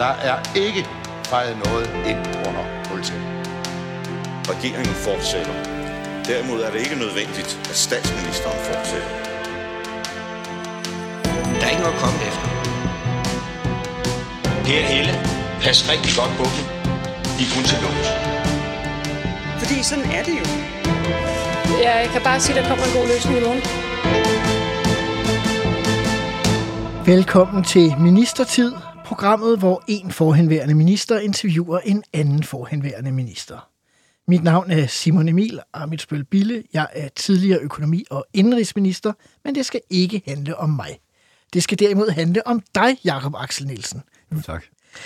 Der er ikke fejret noget ind under politiet. Regeringen fortsætter. Derimod er det ikke nødvendigt, at statsministeren fortsætter. Der er ikke noget at komme efter. Per Helle, pas rigtig godt på dem. De er kun til lås. Fordi sådan er det jo. Jeg kan bare sige, at der kommer en god løsning i morgen. Velkommen til Ministertid, programmet, hvor en forhenværende minister interviewer en anden forhenværende minister. Mit navn er Simon Emil Ammitzbøll Bille. Jeg er tidligere økonomi- og indenrigsminister, men det skal ikke handle om mig. Det skal derimod handle om dig, Jakob Axel Nielsen. Tak.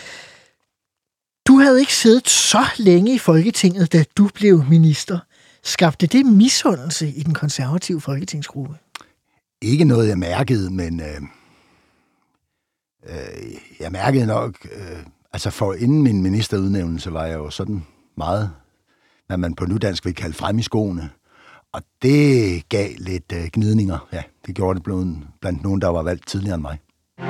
Du havde ikke siddet så længe i Folketinget, da du blev minister. Skabte det misundelse i den konservative folketingsgruppe? Ikke noget, jeg mærkede, men jeg mærkede nok, altså for inden min ministerudnævnelse var jeg jo sådan meget, hvad man på nudansk vil kalde frem i skoene. Og det gav lidt gnidninger. Ja, det gjorde det blandt nogen, der var valgt tidligere end mig.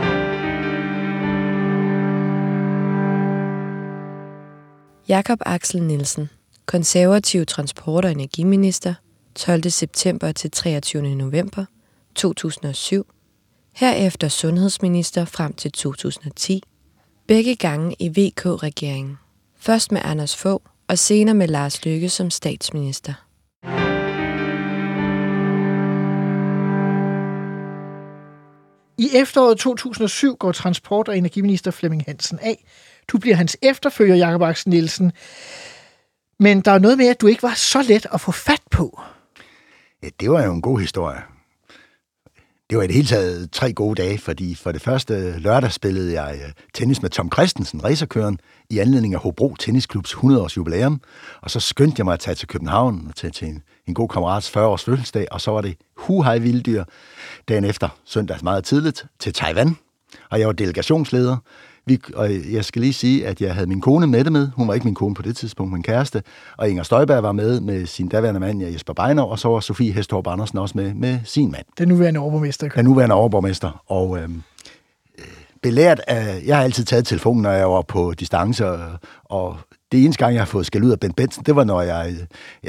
Jakob Axel Nielsen, konservativ transport- og energiminister, 12. september til 23. november 2007. Herefter sundhedsminister frem til 2010. Begge gange i VK-regeringen. Først med Anders Fogh og senere med Lars Løkke som statsminister. I efteråret 2007 går transport- og energiminister Flemming Hansen af. Du bliver hans efterfølger, Jakob Axel Nielsen. Men der er noget med, at du ikke var så let at få fat på. Ja, det var jo en god historie. Det var i det hele taget 3 gode dage, fordi for det første lørdag spillede jeg tennis med Tom Christensen, racerkøren, i anledning af Hobro Tennisklubs 100-års jubilæum. Og så skyndte jeg mig at tage til København og til en god kammerats 40-års fødselsdag, og så var det huhej vilddyr dagen efter, søndag meget tidligt, til Taiwan. Og jeg var delegationsleder. Og jeg skal lige sige, at jeg havde min kone med det med. Hun var ikke min kone på det tidspunkt, min kæreste. Og Inger Støjberg var med sin daværende mand, Jesper Beinov, og så var Sofie Hestorp Andersen også med sin mand. Den nuværende overborgmester. Den nuværende overborgmester. Og belært af... Jeg har altid taget telefonen, når jeg var på distance, og det eneste gang, jeg har fået skæld ud af Bent Benson, det var, når jeg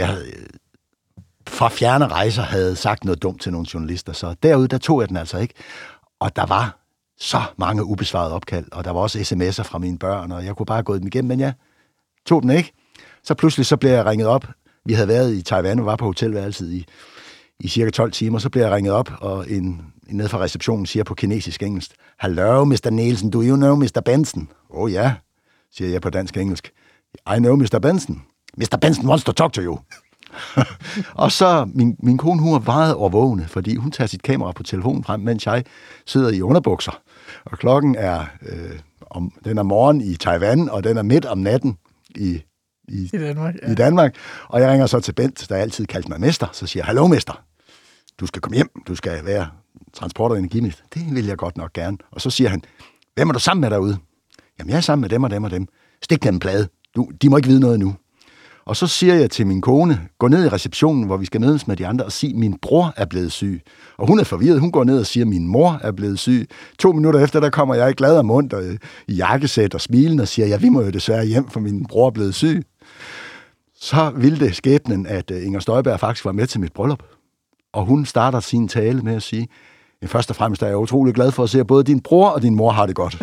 fra fjerne rejser havde sagt noget dumt til nogle journalister. Så derude, der tog jeg den altså ikke. Og der var så mange ubesvarede opkald, og der var også sms'er fra mine børn, og jeg kunne bare gå dem igennem, men jeg tog den ikke. Så pludselig så blev jeg ringet op. Vi havde været i Taiwan og var på hotelværelset i cirka 12 timer. Så blev jeg ringet op, og en nede fra receptionen siger på kinesisk engelsk, "Hello, Mr. Nielsen, do you know Mr. Benson?" "Oh ja," siger jeg på dansk engelsk. "I know Mr. Benson. Mr. Benson wants to talk to you." Og så, min kone, hun var meget overvågende, fordi hun tager sit kamera på telefonen frem, mens jeg sidder i underbukser. Og klokken er, den er morgen i Taiwan, og den er midt om natten i Danmark, ja. I Danmark. Og jeg ringer så til Bent, der altid kaldte mig mester, så siger jeg, "Hallo mester, du skal komme hjem, du skal være transport- og energiminister." "Det vil jeg godt nok gerne." Og så siger han, "Hvem er du sammen med derude?" "Jamen, jeg er sammen med dem og dem og dem." "Stik dem en plade. De må ikke vide noget nu." Og så siger jeg til min kone, gå ned i receptionen, hvor vi skal mødes med de andre, og sige, min bror er blevet syg. Og hun er forvirret. Hun går ned og siger, min mor er blevet syg. 2 minutter efter, der kommer jeg glad og munter i jakkesæt og smilende og siger, ja, vi må jo desværre hjem, for min bror er blevet syg. Så ville det skæbnen, at Inger Støjberg faktisk var med til mit bryllup. Og hun starter sin tale med at sige, først og fremmest er jeg utrolig glad for at se, at både din bror og din mor har det godt.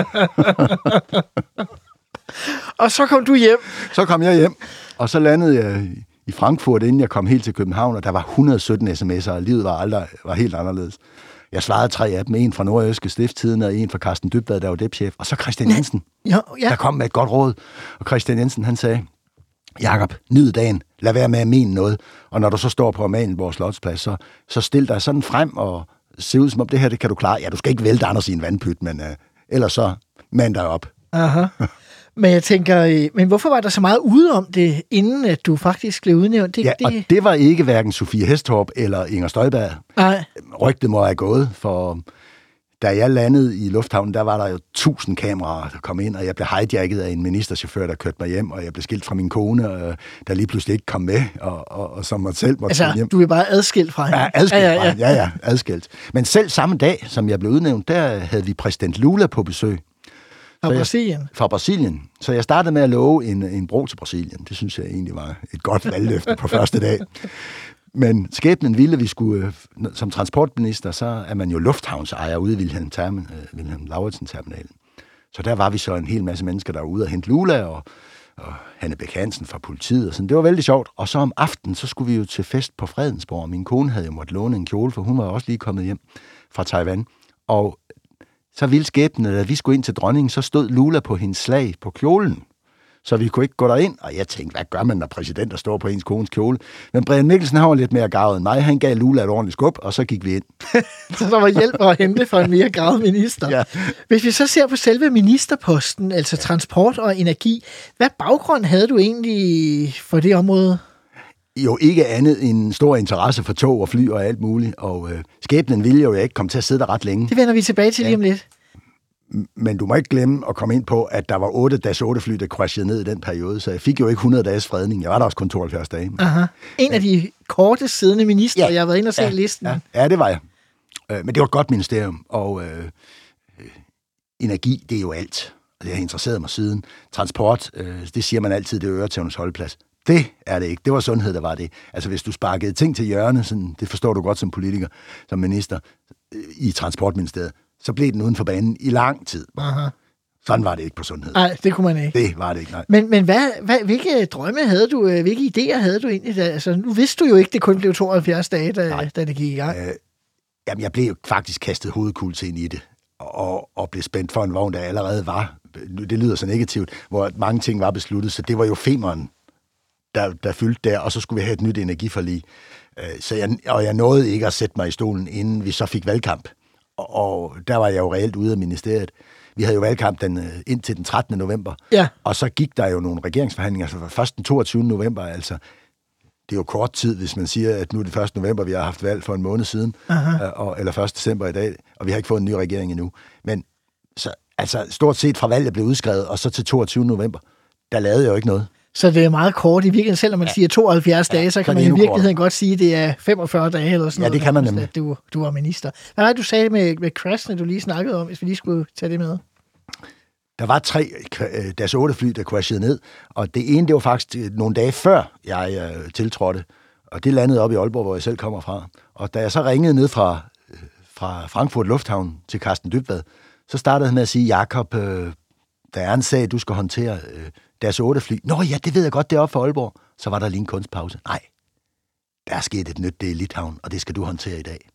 Og så kom du hjem. Så kom jeg hjem, og så landede jeg i Frankfurt, inden jeg kom helt til København, og der var 117 sms'er, og livet var helt anderledes. Jeg svarede 3 af dem, en fra Nordjyske Stiftstidende, og en fra Carsten Dybvad, der var depchef, og så Christian Jensen, der kom med et godt råd. Og Christian Jensen, han sagde, Jakob, nyd dagen, lad være med at mene noget, og når du så står på Amalienborg Slotsplads, så stil dig sådan frem og se ud som om det her, det kan du klare. Ja, du skal ikke vælte Anders i en vandpyt, men ellers så mand dig op. Aha. Men jeg tænker, men hvorfor var der så meget ude om det, inden at du faktisk blev udnævnt? Og det var ikke hverken Sofie Hestorp eller Inger Støjberg. Nej. Rygtet må have gået, for da jeg landede i lufthavnen, der var der jo 1000 kameraer, der kom ind, og jeg blev hijacket af en ministerchauffør, der kørte mig hjem, og jeg blev skilt fra min kone, der lige pludselig ikke kom med, og som mig selv måtte komme hjem. Altså, du er bare adskilt fra hende? Ja, adskilt fra hende. Ja, adskilt. Men selv samme dag, som jeg blev udnævnt, der havde vi præsident Lula på besøg, Fra Brasilien. Så jeg startede med at love en bro til Brasilien. Det synes jeg egentlig var et godt valgløfte på første dag. Men skæbnen ville, at vi skulle, som transportminister, så er man jo lufthavnsejer ude i Wilhelm Lauritzen-terminalen. Så der var vi så en hel masse mennesker, der var ude og hente Lula, og Hanne Bæk Hansen fra politiet. Og sådan. Det var vældig sjovt. Og så om aftenen, så skulle vi jo til fest på Fredensborg. Min kone havde jo måttet låne en kjole, for hun var også lige kommet hjem fra Taiwan. Og så ville skæbnen, at vi skulle ind til dronningen, så stod Lula på hendes slag på kjolen. Så vi kunne ikke gå derind. Og jeg tænkte, hvad gør man, når præsidenter står på ens kones kjole? Men Brian Mikkelsen har lidt mere garvet end mig. Han gav Lula et ordentligt skub, og så gik vi ind. Så der var hjælp at hente for en mere garvet minister. Ja. Hvis vi så ser på selve ministerposten, altså transport og energi, hvad baggrund havde du egentlig for det område? Jo, ikke andet end en stor interesse for tog og fly og alt muligt. Og skæbnen ville jo ikke komme til at sidde der ret længe. Det vender vi tilbage til lige om lidt. Men du må ikke glemme at komme ind på, at der var 8 Dash 8 fly, der crashede ned i den periode, så jeg fik jo ikke 100 dages fredning. Jeg var der også kun 72 dage. Aha. En af de korte siddende ministre, jeg har været inde og se listen. Ja, det var jeg. Men det var et godt ministerium, og energi, det er jo alt. Og det har interesseret mig siden. Transport, det siger man altid, det er øretævnens holdeplads. Det er det ikke. Det var sundhed, der var det. Altså, hvis du sparkede ting til hjørne, sådan, det forstår du godt som politiker, som minister i Transportministeriet, så blev den uden for banen i lang tid. Aha. Sådan var det ikke på sundhed. Nej, det kunne man ikke. Det var det ikke, nej. Men hvilke drømme havde du, hvilke idéer havde du egentlig? Altså, nu vidste du jo ikke, det kun blev 72 dage, da det gik i gang. Jamen, jeg blev jo faktisk kastet hovedkuls ind i det, og blev spændt for en vogn, der allerede var, det lyder så negativt, hvor mange ting var besluttet, så det var jo femeren, der fyldte der, og så skulle vi have et nyt energiforlig. Så jeg nåede ikke at sætte mig i stolen, inden vi så fik valgkamp. Og der var jeg jo reelt ude af ministeriet. Vi havde jo valgkamp indtil den 13. november. Ja. Og så gik der jo nogle regeringsforhandlinger. Så først den 22. november, altså. Det er jo kort tid, hvis man siger, at nu er det 1. november, vi har haft valg for en måned siden. Eller 1. december i dag, og vi har ikke fået en ny regering endnu. Men så, altså, stort set fra valget blev udskrevet, og så til 22. november, der lavede jeg jo ikke noget. Så det er meget kort. I virkeligheden, selvom man siger 72 dage, så kan man i virkeligheden godt sige, at det er 45 dage eller sådan noget. Ja, det kan man nemlig. Du var minister. Hvad var det, du sagde med crashene, du lige snakkede om, hvis vi lige skulle tage det med? Der var 3 Dash 8 fly, der crashede ned, og det ene, det var faktisk nogle dage før, jeg tiltrådte, og det landede op i Aalborg, hvor jeg selv kommer fra. Og da jeg så ringede ned fra Frankfurt Lufthavn til Carsten Dybvad, så startede han med at sige, Jakob, der er en sag, du skal håndtere Dash 8 fly. Nå ja, det ved jeg godt, det er oppe for Aalborg. Så var der lige en kunstpause. Nej, der er sket et nyt, det er Litauen, og det skal du håndtere i dag.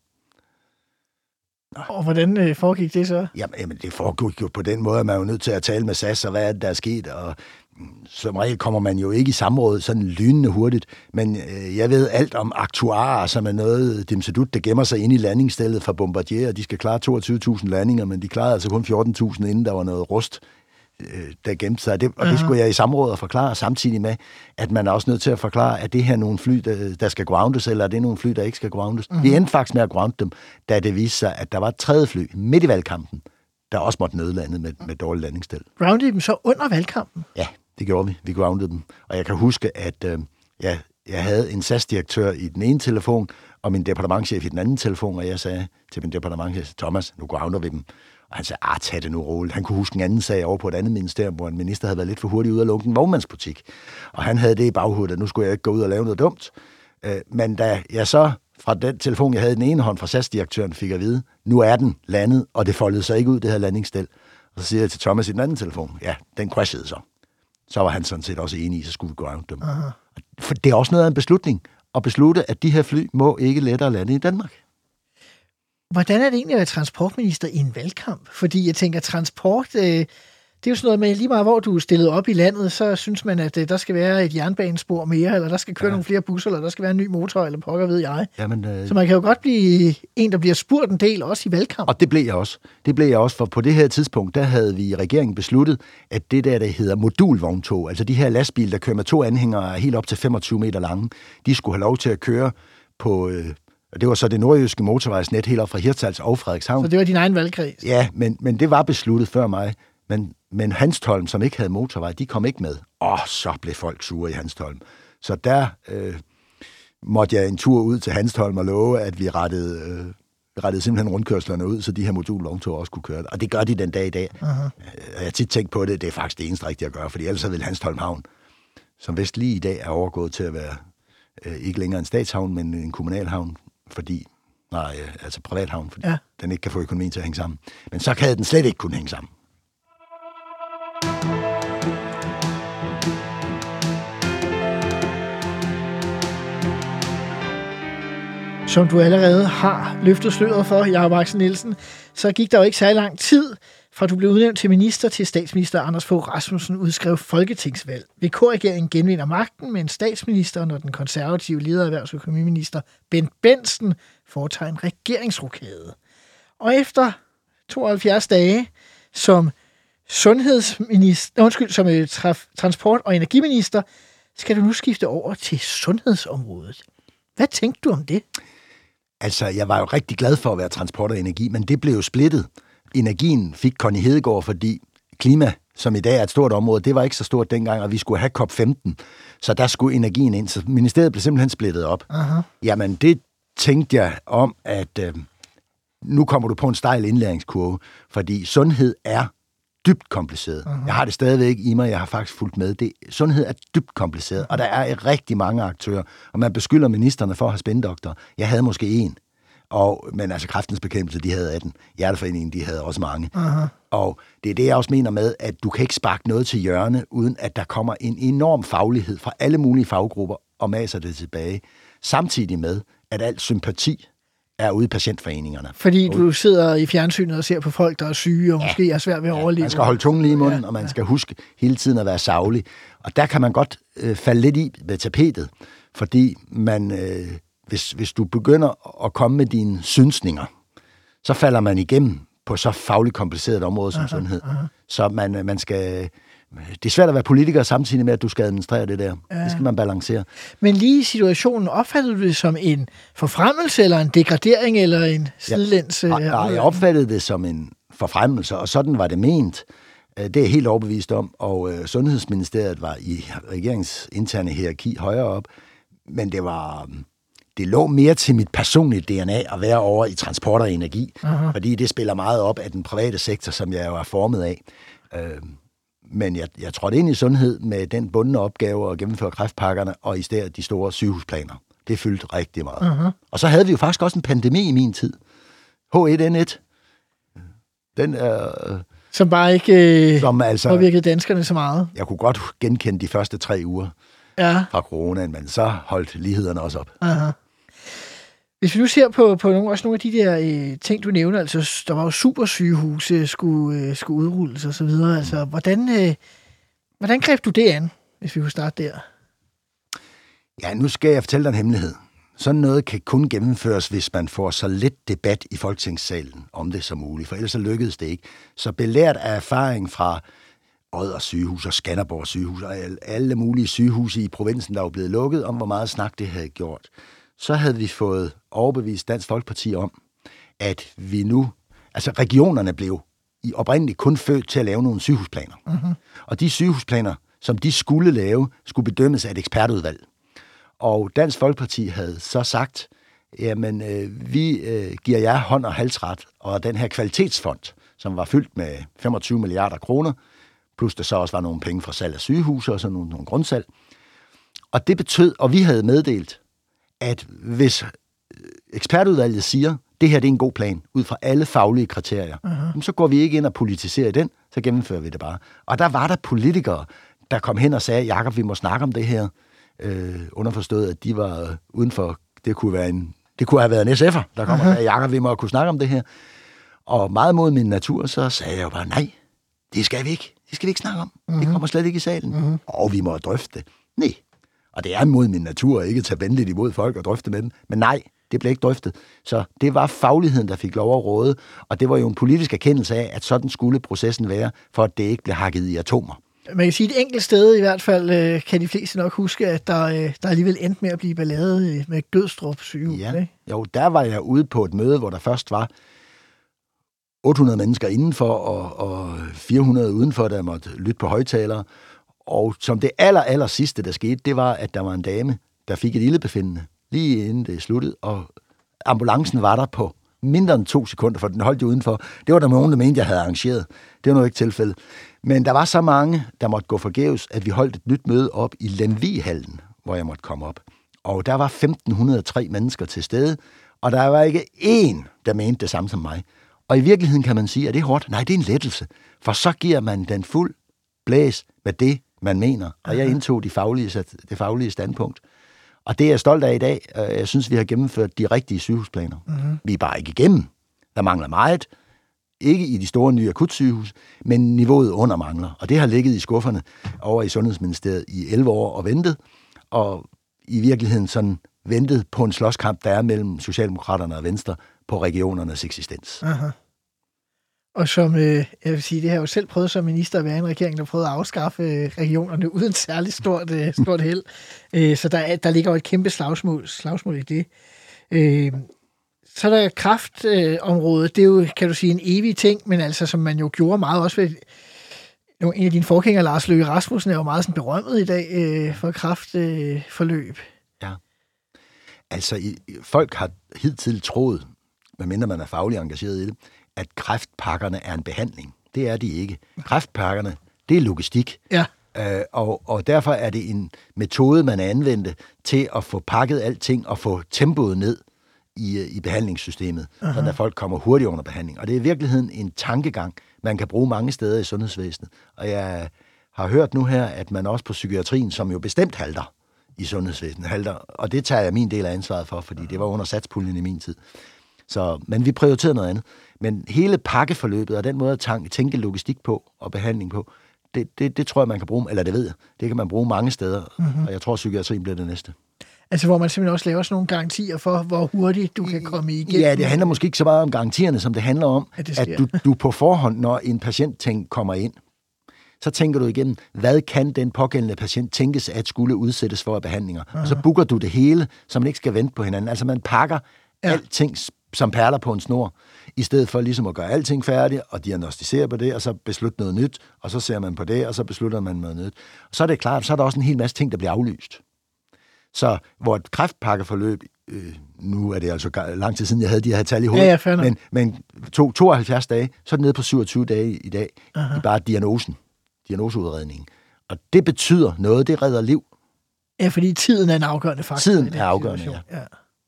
Nå. Og hvordan foregik det så? Jamen, det foregik jo på den måde, at man er jo nødt til at tale med SAS, og hvad er det, der er sket, og som regel kommer man jo ikke i samråd sådan lynende hurtigt, men jeg ved alt om aktuarer, som er noget dimsedut, der gemmer sig inde i landingsstedet fra Bombardier, og de skal klare 22.000 landinger, men de klarede altså kun 14.000, inden der var noget rust, der gemte sig. Og det skulle jeg i samråd og forklare, samtidig med, at man er også nødt til at forklare, at det her nogle fly, der skal groundes, eller er det nogle fly, der ikke skal groundes. Vi endte faktisk med at grounde dem, da det viste sig, at der var et 3. fly midt i valgkampen, der også måtte nødlande med dårlig landingsstel. Groundede dem så under valgkampen? Ja, det gjorde vi. Vi groundede dem. Og jeg kan huske, at jeg havde en SAS-direktør i den ene telefon, og min departementschef i den anden telefon, og jeg sagde til min departementschef, Thomas, nu grounder vi dem. Og han sagde, tag det nu roligt. Han kunne huske en anden sag over på et andet ministerium, hvor en minister havde været lidt for hurtig ude at lukke en vognmandsbutik. Og han havde det i baghovedet, at nu skulle jeg ikke gå ud og lave noget dumt. Men da jeg så fra den telefon, jeg havde i den ene hånd fra SAS-direktøren, fik at vide, nu er den landet, og det foldede sig ikke ud, det her landingsstel. Og så siger jeg til Thomas i den anden telefon, ja, den crashede så. Så var han sådan set også enig i, så skulle vi ground dem. Aha. For det er også noget af en beslutning, at beslutte, at de her fly må ikke lettere lande i Danmark. Hvordan er det egentlig at være transportminister i en valgkamp? Fordi jeg tænker, transport, det er jo sådan noget med, lige meget hvor du er stillet op i landet, så synes man, at der skal være et jernbanespor mere, eller der skal køre nogle flere busser, eller der skal være en ny motor, eller pokker ved jeg. Så man kan jo godt blive en, der bliver spurgt en del, også i valgkamp. Og det blev jeg også. Det blev jeg også, for på det her tidspunkt, der havde vi i regeringen besluttet, at det der hedder modulvogntog, altså de her lastbiler, der kører med 2 anhængere helt op til 25 meter lange, de skulle have lov til at køre på... Og det var så det nordjyske motorvejsnet helt op fra Hirtshals og Frederikshavn. Så det var din egen valgkreds? Ja, men det var besluttet før mig. Men Hanstholm, som ikke havde motorvej, de kom ikke med. Så blev folk sure i Hanstholm. Så der måtte jeg en tur ud til Hanstholm og love, at vi rettede rettede simpelthen rundkørslerne ud, så de her modulvogntog også kunne køre. Og det gør de den dag i dag. Jeg har tit tænkt på det, det er faktisk det eneste rigtige at gøre, fordi ellers ville Hanstholm Havn, som vist lige i dag er overgået til at være ikke længere en statshavn, men en kommunalhavn, altså privathavn, fordi den ikke kan få økonomien til at hænge sammen. Men så kan den slet ikke kunne hænge sammen. Som du allerede har løftet sløret for, Jakob Axel Nielsen, så gik der jo ikke særlig lang tid, fra du blev udnævnt til minister til statsminister Anders Fogh Rasmussen udskrev folketingsvalg. VK-regeringen genvinder magten, men statsministeren og den konservative leder erhvervs- og økonomiminister Bent Bentzen foretager en regeringsrokade. Og efter 72 dage som transport- og energiminister, skal du nu skifte over til sundhedsområdet. Hvad tænkte du om det? Altså, jeg var jo rigtig glad for at være transport og energi, men det blev jo splittet. Energien fik Connie Hedegaard, fordi klima, som i dag er et stort område, det var ikke så stort dengang, og vi skulle have COP15, så der skulle energien ind. Så ministeriet blev simpelthen splittet op. Aha. Jamen, det tænkte jeg om, at nu kommer du på en stejl indlæringskurve, fordi sundhed er dybt kompliceret. Aha. Jeg har det stadigvæk i mig, jeg har faktisk fulgt med. Sundhed er dybt kompliceret, og der er rigtig mange aktører, og man beskylder ministerne for at have spindoktorer. Jeg havde måske en. Men altså Kræftens Bekæmpelse, de havde 18. Hjerteforeningen, de havde også mange. Aha. Og det er det, jeg også mener med, at du kan ikke sparke noget til hjørne, uden at der kommer en enorm faglighed fra alle mulige faggrupper og maser det tilbage. Samtidig med, at al sympati er ude i patientforeningerne. Fordi du sidder i fjernsynet og ser på folk, der er syge og måske er svært ved at overleve. Man skal holde tungen lige i munden, og man skal huske hele tiden at være saglig. Og der kan man godt falde lidt i ved tapetet, fordi man... Hvis du begynder at komme med dine synsninger, så falder man igennem på så fagligt kompliceret et område som sundhed. Så man skal... Det er svært at være politiker samtidig med, at du skal administrere det der. Det skal man balancere. Men lige i situationen, opfattede du det som en forfremmelse, eller en degradering, eller en sidelæns? Jeg opfattede det som en forfremmelse, og sådan var det ment. Det er helt overbevist om, og Sundhedsministeriet var i regeringens interne hierarki højere op, men det lå mere til mit personlige DNA at være over i transport og energi, fordi det spiller meget op af den private sektor, som jeg jo er formet af. Men jeg trådte ind i sundhed med den bundne opgave at gennemføre kræftpakkerne, og i stedet de store sygehusplaner. Det fyldte rigtig meget. Og så havde vi jo faktisk også en pandemi i min tid. H1N1. Den er... Som bare ikke påvirkede danskerne så meget. Jeg kunne godt genkende de første 3 uger fra coronaen, men så holdt lighederne også op. Aha. Hvis vi nu ser på nogle af de der ting, du nævner, altså der var jo supersygehuse, skulle udrulles og så videre. Altså, hvordan greb du det an, hvis vi kunne starte der? Ja, nu skal jeg fortælle dig en hemmelighed. Sådan noget kan kun gennemføres, hvis man får så lidt debat i Folketingssalen om det som muligt, for ellers så lykkedes det ikke. Så belært af erfaring fra Odder sygehus og Skanderborg sygehus og alle mulige sygehuse i provinsen, der var blevet lukket, om hvor meget snak det havde gjort, så havde vi fået overbevist Dansk Folkeparti om, at vi nu... Altså, regionerne blev oprindeligt kun født til at lave nogle sygehusplaner. Og de sygehusplaner, som de skulle lave, skulle bedømmes af et ekspertudvalg. Og Dansk Folkeparti havde så sagt, jamen, vi giver jer hånd- og halsret, og den her kvalitetsfond, som var fyldt med 25 milliarder kroner, plus der så også var nogle penge fra salg af sygehuse og sådan nogle grundsalg. Og det betød, og vi havde meddelt, at hvis ekspertudvalget siger, det her det er en god plan, ud fra alle faglige kriterier, så går vi ikke ind og politiserer den, så gennemfører vi det bare. Og der var der politikere, der kom hen og sagde, Jakob, vi må snakke om det her. Underforstået, at de var uden for, det kunne have været en SF'er, der kom og sagde, Jakob, vi må kunne snakke om det her. Og meget mod min natur, så sagde jeg jo bare, nej, det skal vi ikke. Det skal vi ikke snakke om. Det kommer slet ikke i salen. Og vi må drøfte det. Nej. Og det er mod min natur ikke at tage venligt imod folk og drøfte med dem. Men nej, det blev ikke drøftet. Så det var fagligheden, der fik lov at råde. Og det var jo en politisk erkendelse af, at sådan skulle processen være, for at det ikke blev hakket i atomer. Man kan sige, et enkelt sted i hvert fald kan de fleste nok huske, at der alligevel endte med at blive ballade med Gødstrup sygehus. Ja. Jo, der var jeg ude på et møde, hvor der først var 800 mennesker indenfor og 400 udenfor, der måtte lytte på højtalere. Og som det aller sidste, der skete, det var, at der var en dame, der fik et ildebefindende lige inden det sluttede, og ambulancen var der på mindre end 2 sekunder, for den holdt jo udenfor. Det var der nogen, der mente, jeg havde arrangeret. Det var nu ikke tilfældet. Men der var så mange, der måtte gå forgæves, at vi holdt et nyt møde op i Lemvig-hallen, hvor jeg måtte komme op. Og der var 1.503 mennesker til stede, og der var ikke én, der mente det samme som mig. Og i virkeligheden kan man sige, at det er hårdt. Nej, det er en lettelse. For så giver man den fuld blæs med det, man mener. Og jeg indtog det faglige standpunkt. Og det er jeg stolt af i dag. Jeg synes, vi har gennemført de rigtige sygehusplaner. Mm-hmm. Vi er bare ikke igennem. Der mangler meget. Ikke i de store nye akutsygehus, men niveauet under mangler. Og det har ligget i skufferne over i Sundhedsministeriet i 11 år og ventet. Og i virkeligheden sådan ventet på en slåskamp, der er mellem Socialdemokraterne og Venstre på regionernes eksistens. Aha. Og som, jeg vil sige, det har jeg jo selv prøvet som minister at være en regering, der prøvede at afskaffe regionerne uden særlig stort held. Så der ligger jo et kæmpe slagsmål i det. Så er der kræftområdet. Det er jo, kan du sige, en evig ting, men altså, som man jo gjorde meget også ved en af dine forgængere, Lars Løkke Rasmussen, er jo meget sådan berømmet i dag for kræftforløb. Ja. Altså, folk har hidtil troet, medmindre man er fagligt engageret i det, at kræftpakkerne er en behandling. Det er de ikke. Kræftpakkerne, det er logistik. Ja. Og derfor er det en metode, man anvendte til at få pakket alting og få tempoet ned i behandlingssystemet, sådan at folk kommer hurtigt under behandling. Og det er i virkeligheden en tankegang, man kan bruge mange steder i sundhedsvæsenet. Og jeg har hørt nu her, at man også på psykiatrien, som jo bestemt halter i sundhedsvæsenet, halter. Og det tager jeg min del af ansvaret for, fordi det var under satspuljen i min tid. Men vi prioriterede noget andet. Men hele pakkeforløbet og den måde at tænke logistik på og behandling på, det tror jeg, man kan bruge, eller det ved jeg, det kan man bruge mange steder, og jeg tror, psykiatrien bliver det næste. Altså, hvor man simpelthen også laver sådan nogle garantier for, hvor hurtigt du kan komme igennem. Ja, det handler måske ikke så meget om garantierne, som det handler om, at du på forhånd, når en patient kommer ind, så tænker du igennem, hvad kan den pågældende patient tænkes at skulle udsættes for af behandlinger. Og så booker du det hele, så man ikke skal vente på hinanden. Altså, man pakker alting som perler på en snor, i stedet for ligesom at gøre alting færdigt, og diagnostisere på det, og så beslutte noget nyt, og så ser man på det, og så beslutter man noget nyt. Og så er det klart, så er der også en hel masse ting, der bliver aflyst. Så hvor et kræftpakkeforløb, nu er det altså lang tid siden, jeg havde de her tal i hovedet, men 72 dage, så er det nede på 27 dage i dag, i bare diagnoseudredningen. Og det betyder noget, det redder liv. Ja, fordi tiden er en afgørende faktor. Tiden er afgørende, ja.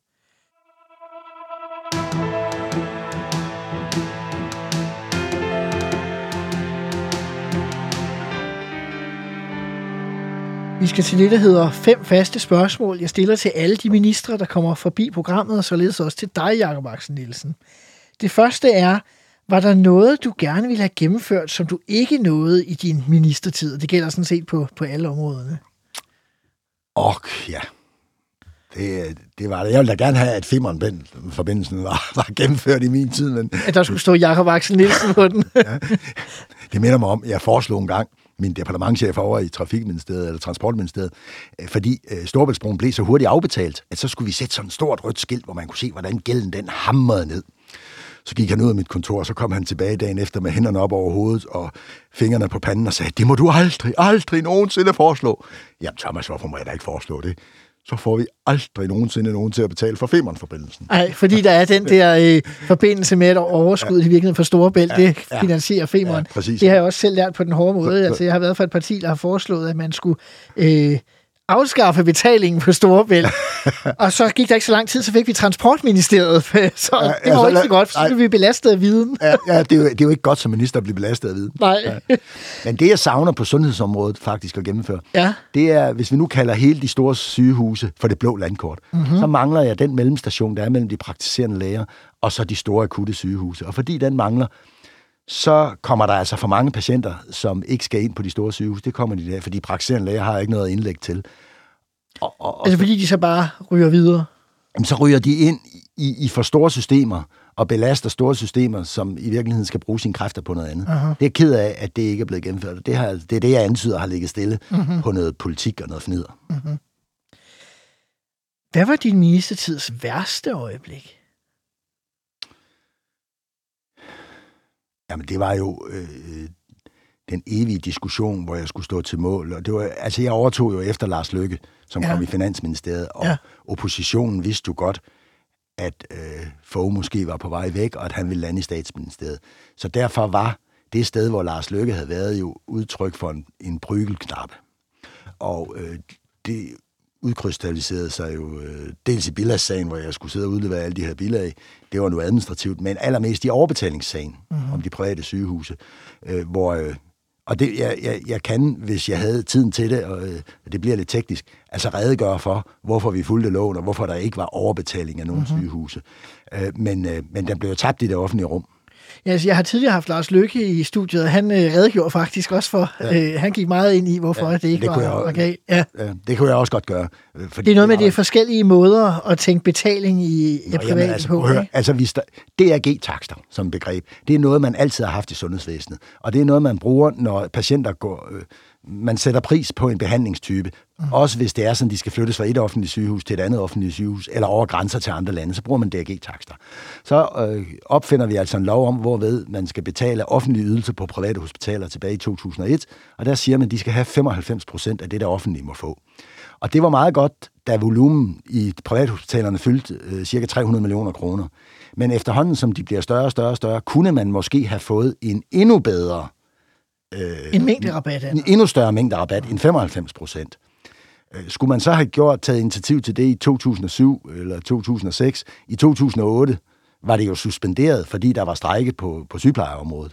Vi skal til det, der hedder 5 faste spørgsmål. Jeg stiller til alle de ministre, der kommer forbi programmet, og således også til dig, Jakob Axel Nielsen. Det første er, var der noget, du gerne ville have gennemført, som du ikke nåede i din ministertid? Det gælder sådan set på alle områderne. Ja. Det var det. Jeg ville da gerne have, at Femern-forbindelsen var gennemført i min tid. Men at der skulle stå Jakob Axel Nielsen på den. Ja. Det minder mig om, jeg foreslog en gang min departementschef over i Trafikministeriet eller Transportministeriet, fordi Storebæltsbroen blev så hurtigt afbetalt, at så skulle vi sætte sådan et stort rødt skilt, hvor man kunne se, hvordan gælden den hamrede ned. Så gik han ud af mit kontor, og så kom han tilbage dagen efter med hænderne op over hovedet og fingrene på panden og sagde, det må du aldrig nogensinde foreslå. Jamen Thomas, hvorfor må jeg da ikke foreslå det? Så får vi aldrig nogensinde nogen til at betale for Femern-forbindelsen. Nej, fordi der er den der forbindelse med et overskud i virkeligheden for Storebælt, det finansierer Femern. Ja, det har jeg også selv lært på den hårde måde. Altså, jeg har været for et parti, der har foreslået, at man skulle afskaffe betalingen på Storebælt. Og så gik der ikke så lang tid, så fik vi Transportministeriet. Så det var ikke så godt, for så blev vi belastet af viden. Det er jo ikke godt som minister at blive belastet af viden. Nej. Ja. Men det, jeg savner på sundhedsområdet faktisk at gennemføre, det er, hvis vi nu kalder hele de store sygehuse for det blå landkort, så mangler jeg den mellemstation, der er mellem de praktiserende læger og så de store akutte sygehuse. Og fordi den mangler, så kommer der altså for mange patienter, som ikke skal ind på de store sygehuse. Det kommer de der, fordi praktiserende læger har ikke noget indlæg til. Altså fordi de så bare ryger videre? Jamen, så ryger de ind i for store systemer og belaster store systemer, som i virkeligheden skal bruge sine kræfter på noget andet. Det er ked af, at det ikke er blevet gennemført. Det er det, jeg antyder har ligget stille på noget politik og noget fnider. Hvad var din ministertids værste øjeblik? Jamen, det var jo den evige diskussion, hvor jeg skulle stå til mål. Og det var, altså, jeg overtog jo efter Lars Løkke, som kom i Finansministeriet, og oppositionen vidste jo godt, at Fogh måske var på vej væk, og at han ville lande i Statsministeriet. Så derfor var det sted, hvor Lars Løkke havde været, jo udtryk for en prygelknappe. Og det udkrystalliserede sig jo dels i bilagssagen, hvor jeg skulle sidde og udlevere alle de her bilag. Det var noget administrativt, men allermest i overbetalingssagen om de private sygehuse, hvor... Og det, jeg kan, hvis jeg havde tiden til det, og det bliver lidt teknisk, altså redegøre for, hvorfor vi fulgte loven, og hvorfor der ikke var overbetaling af nogle sygehuse. Men den blev jo tabt i det offentlige rum. Ja, altså, jeg har tidligere haft Lars Løkke i studiet, og han redegjorde faktisk også for, han gik meget ind i, hvorfor det ikke var galt. Ja. Det kunne jeg også godt gøre. Det er noget med de forskellige måder at tænke betaling i privat på. Altså, DRG-takster som begreb, det er noget, man altid har haft i sundhedsvæsenet. Og det er noget, man bruger, når patienter går... Man sætter pris på en behandlingstype, også hvis det er sådan, de skal flyttes fra et offentligt sygehus til et andet offentligt sygehus, eller over grænser til andre lande, så bruger man DRG-takster. Så opfinder vi altså en lov om, hvorved man skal betale offentlige ydelser på private hospitaler tilbage i 2001, og der siger man, at de skal have 95% af det, der offentlige må få. Og det var meget godt, da volumen i privathospitalerne fyldte cirka 300 millioner kroner. Men efterhånden, som de bliver større og større og større, kunne man måske have fået en endnu bedre en mængderabat. En endnu større mængderabat end 95%. Skulle man så have taget initiativ til det i 2007 eller 2006? I 2008 var det jo suspenderet, fordi der var strejke på sygeplejerområdet.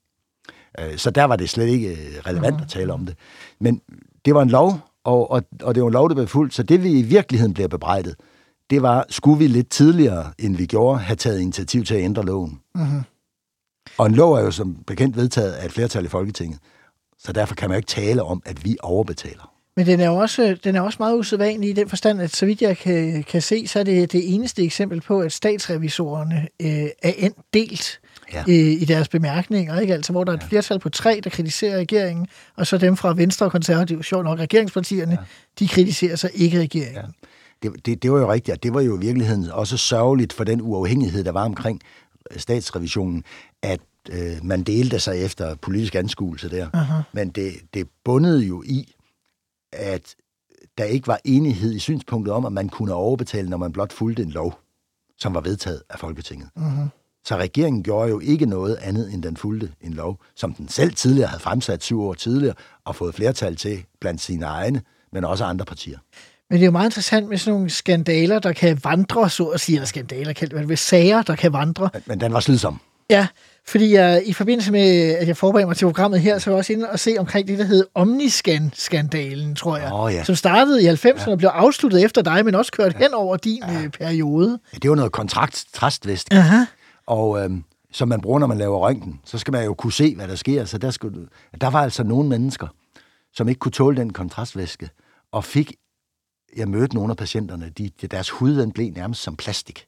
Så der var det slet ikke relevant at tale om det. Men det var en lov, og det var en lov, der blev fulgt. Så det, vi i virkeligheden bliver bebrejdet, det var, skulle vi lidt tidligere, end vi gjorde, have taget initiativ til at ændre loven. Og en lov er jo som bekendt vedtaget af et flertal i Folketinget, så derfor kan man jo ikke tale om, at vi overbetaler. Men den er også meget usædvanlig i den forstand, at så vidt jeg kan se, så er det eneste eksempel på, at statsrevisorerne er endt delt i deres bemærkninger, ikke? Altså, hvor der er et flertal på 3, der kritiserer regeringen, og så dem fra Venstre og Konservative, sjovt nok regeringspartierne, de kritiserer sig ikke regeringen. Ja. Det var jo rigtigt, og det var jo i virkeligheden også sørgeligt for den uafhængighed, der var omkring statsrevisionen, at man delte sig efter politisk anskuelse der. Men det bundede jo i, at der ikke var enighed i synspunktet om, at man kunne overbetale, når man blot fulgte en lov, som var vedtaget af Folketinget. Så regeringen gjorde jo ikke noget andet, end den fulgte en lov, som den selv tidligere havde fremsat 7 år tidligere, og fået flertal til blandt sine egne, men også andre partier. Men det er jo meget interessant med sådan nogle skandaler, der kan vandre, så at sige, eller skandaler, kaldt det, sager, der kan vandre. Men den var slidsom. Ja, fordi i forbindelse med, at jeg forberedte mig til programmet her, så var jeg også inde og se omkring det, der hed Omniscan-skandalen, tror jeg, som startede i 90'erne og blev afsluttet efter dig, men også kørt hen over din periode. Ja, det var noget kontrastvæske. Og som man bruger, når man laver røntgen, så skal man jo kunne se, hvad der sker. Så der var altså nogle mennesker, som ikke kunne tåle den kontrastvæske, og jeg mødte nogle af patienterne, deres hud den blev nærmest som plastik.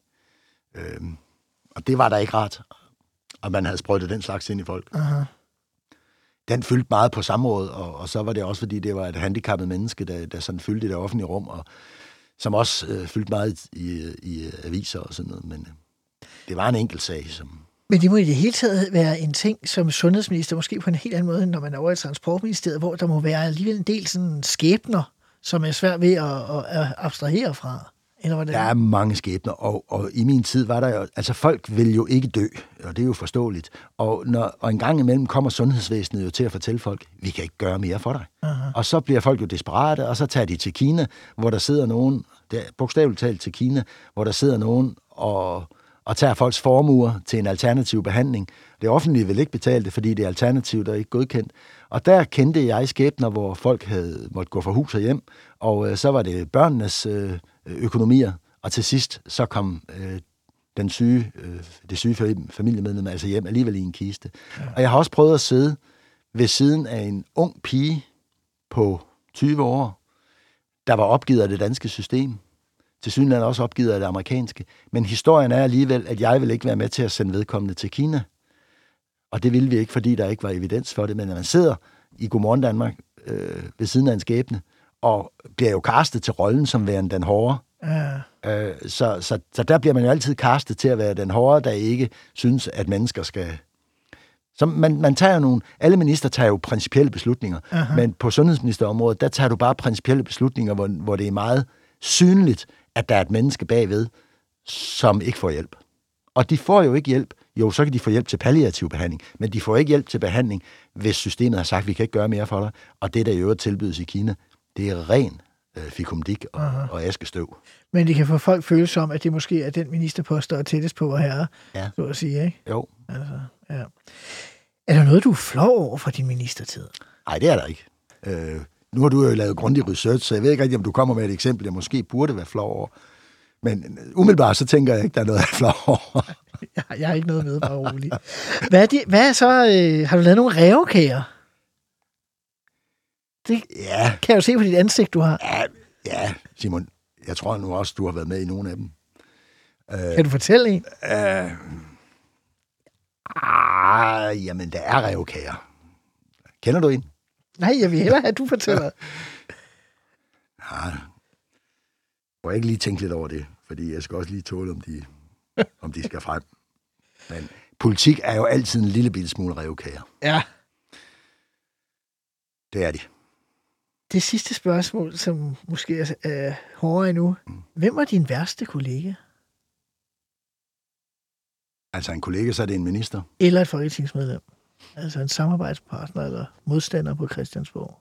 Og det var da ikke rart, og man havde sprøjtet den slags ind i folk. Den fyldte meget på samråd, og så var det også, fordi det var et handicappet menneske, der sådan fyldte i det offentlige rum, og som også fyldte meget i aviser og sådan noget, men det var en enkelt sag, som... Men det må i det hele taget være en ting som sundhedsminister, måske på en helt anden måde, end når man er over i Transportministeriet, hvor der må være alligevel en del sådan skæbner, som er svært ved at abstrahere fra. Eller hvordan? Der er mange skæbner, og i min tid var der jo... Altså, folk vil jo ikke dø, og det er jo forståeligt. Og en gang imellem kommer sundhedsvæsenet jo til at fortælle folk, vi kan ikke gøre mere for dig. Og så bliver folk jo desperate, og så tager de til Kina, hvor der sidder nogen... Det er bogstaveligt talt til Kina, hvor der sidder nogen og tager folks formuer til en alternativ behandling. Det offentlige vil ikke betale det, fordi det er alternativt og ikke godkendt. Og der kendte jeg skæbner, hvor folk havde måttet gå fra hus og hjem, og så var det børnenes økonomier, og til sidst så kom det syge familiemedlem altså hjem alligevel i en kiste. Og jeg har også prøvet at sidde ved siden af en ung pige på 20 år, der var opgivet af det danske system. Tilsyneladende også opgivet af det amerikanske. Men historien er alligevel, at jeg vil ikke være med til at sende vedkommende til Kina. Og det ville vi ikke, fordi der ikke var evidens for det. Men når man sidder i Godmorgen Danmark ved siden af en skæbne, og bliver jo castet til rollen som værende den hårde. Så der bliver man jo altid castet til at være den hårde, der ikke synes, at mennesker skal... Så man tager jo nogle... Alle minister tager jo principielle beslutninger, men på sundhedsministerområdet, der tager du bare principielle beslutninger, hvor det er meget synligt, at der er et menneske bagved, som ikke får hjælp. Og de får jo ikke hjælp. Jo, så kan de få hjælp til palliativ behandling, men de får ikke hjælp til behandling, hvis systemet har sagt, vi kan ikke gøre mere for dig. Og det, der i øvrigt tilbydes i Kina, det er ren fikumdik og askestøv. Men det kan få folk føle som, at det måske er den ministerpost, der er tættest på herre, så at sige, ikke? Jo. Altså, ja. Er der noget, du er flov over for din ministertid? Nej, det er der ikke. Nu har du jo lavet grundig research, så jeg ved ikke rigtig, om du kommer med et eksempel, jeg måske burde være flov over. Men umiddelbart, så tænker jeg ikke, der er noget, jeg er flov over. Jeg har ikke noget med, bare roligt. Hvad er så... har du lavet nogle rævekager? Det kan jeg jo se på dit ansigt, du har. Ja, Simon. Jeg tror nu også, du har været med i nogle af dem. Kan du fortælle en? Jamen, der er rævekager. Kender du en? Nej, jeg vil hellere have, at du fortæller. Nej. Jeg må ikke lige tænke lidt over det, fordi jeg skal også lige tåle, om de skal frem. Men politik er jo altid en lille bitte smule rævekager. Ja. Det er de. Det sidste spørgsmål, som måske er hårdere endnu. Hvem var din værste kollega? Altså en kollega, så er det en minister? Eller et folketingsmedlem? Altså en samarbejdspartner eller modstander på Christiansborg?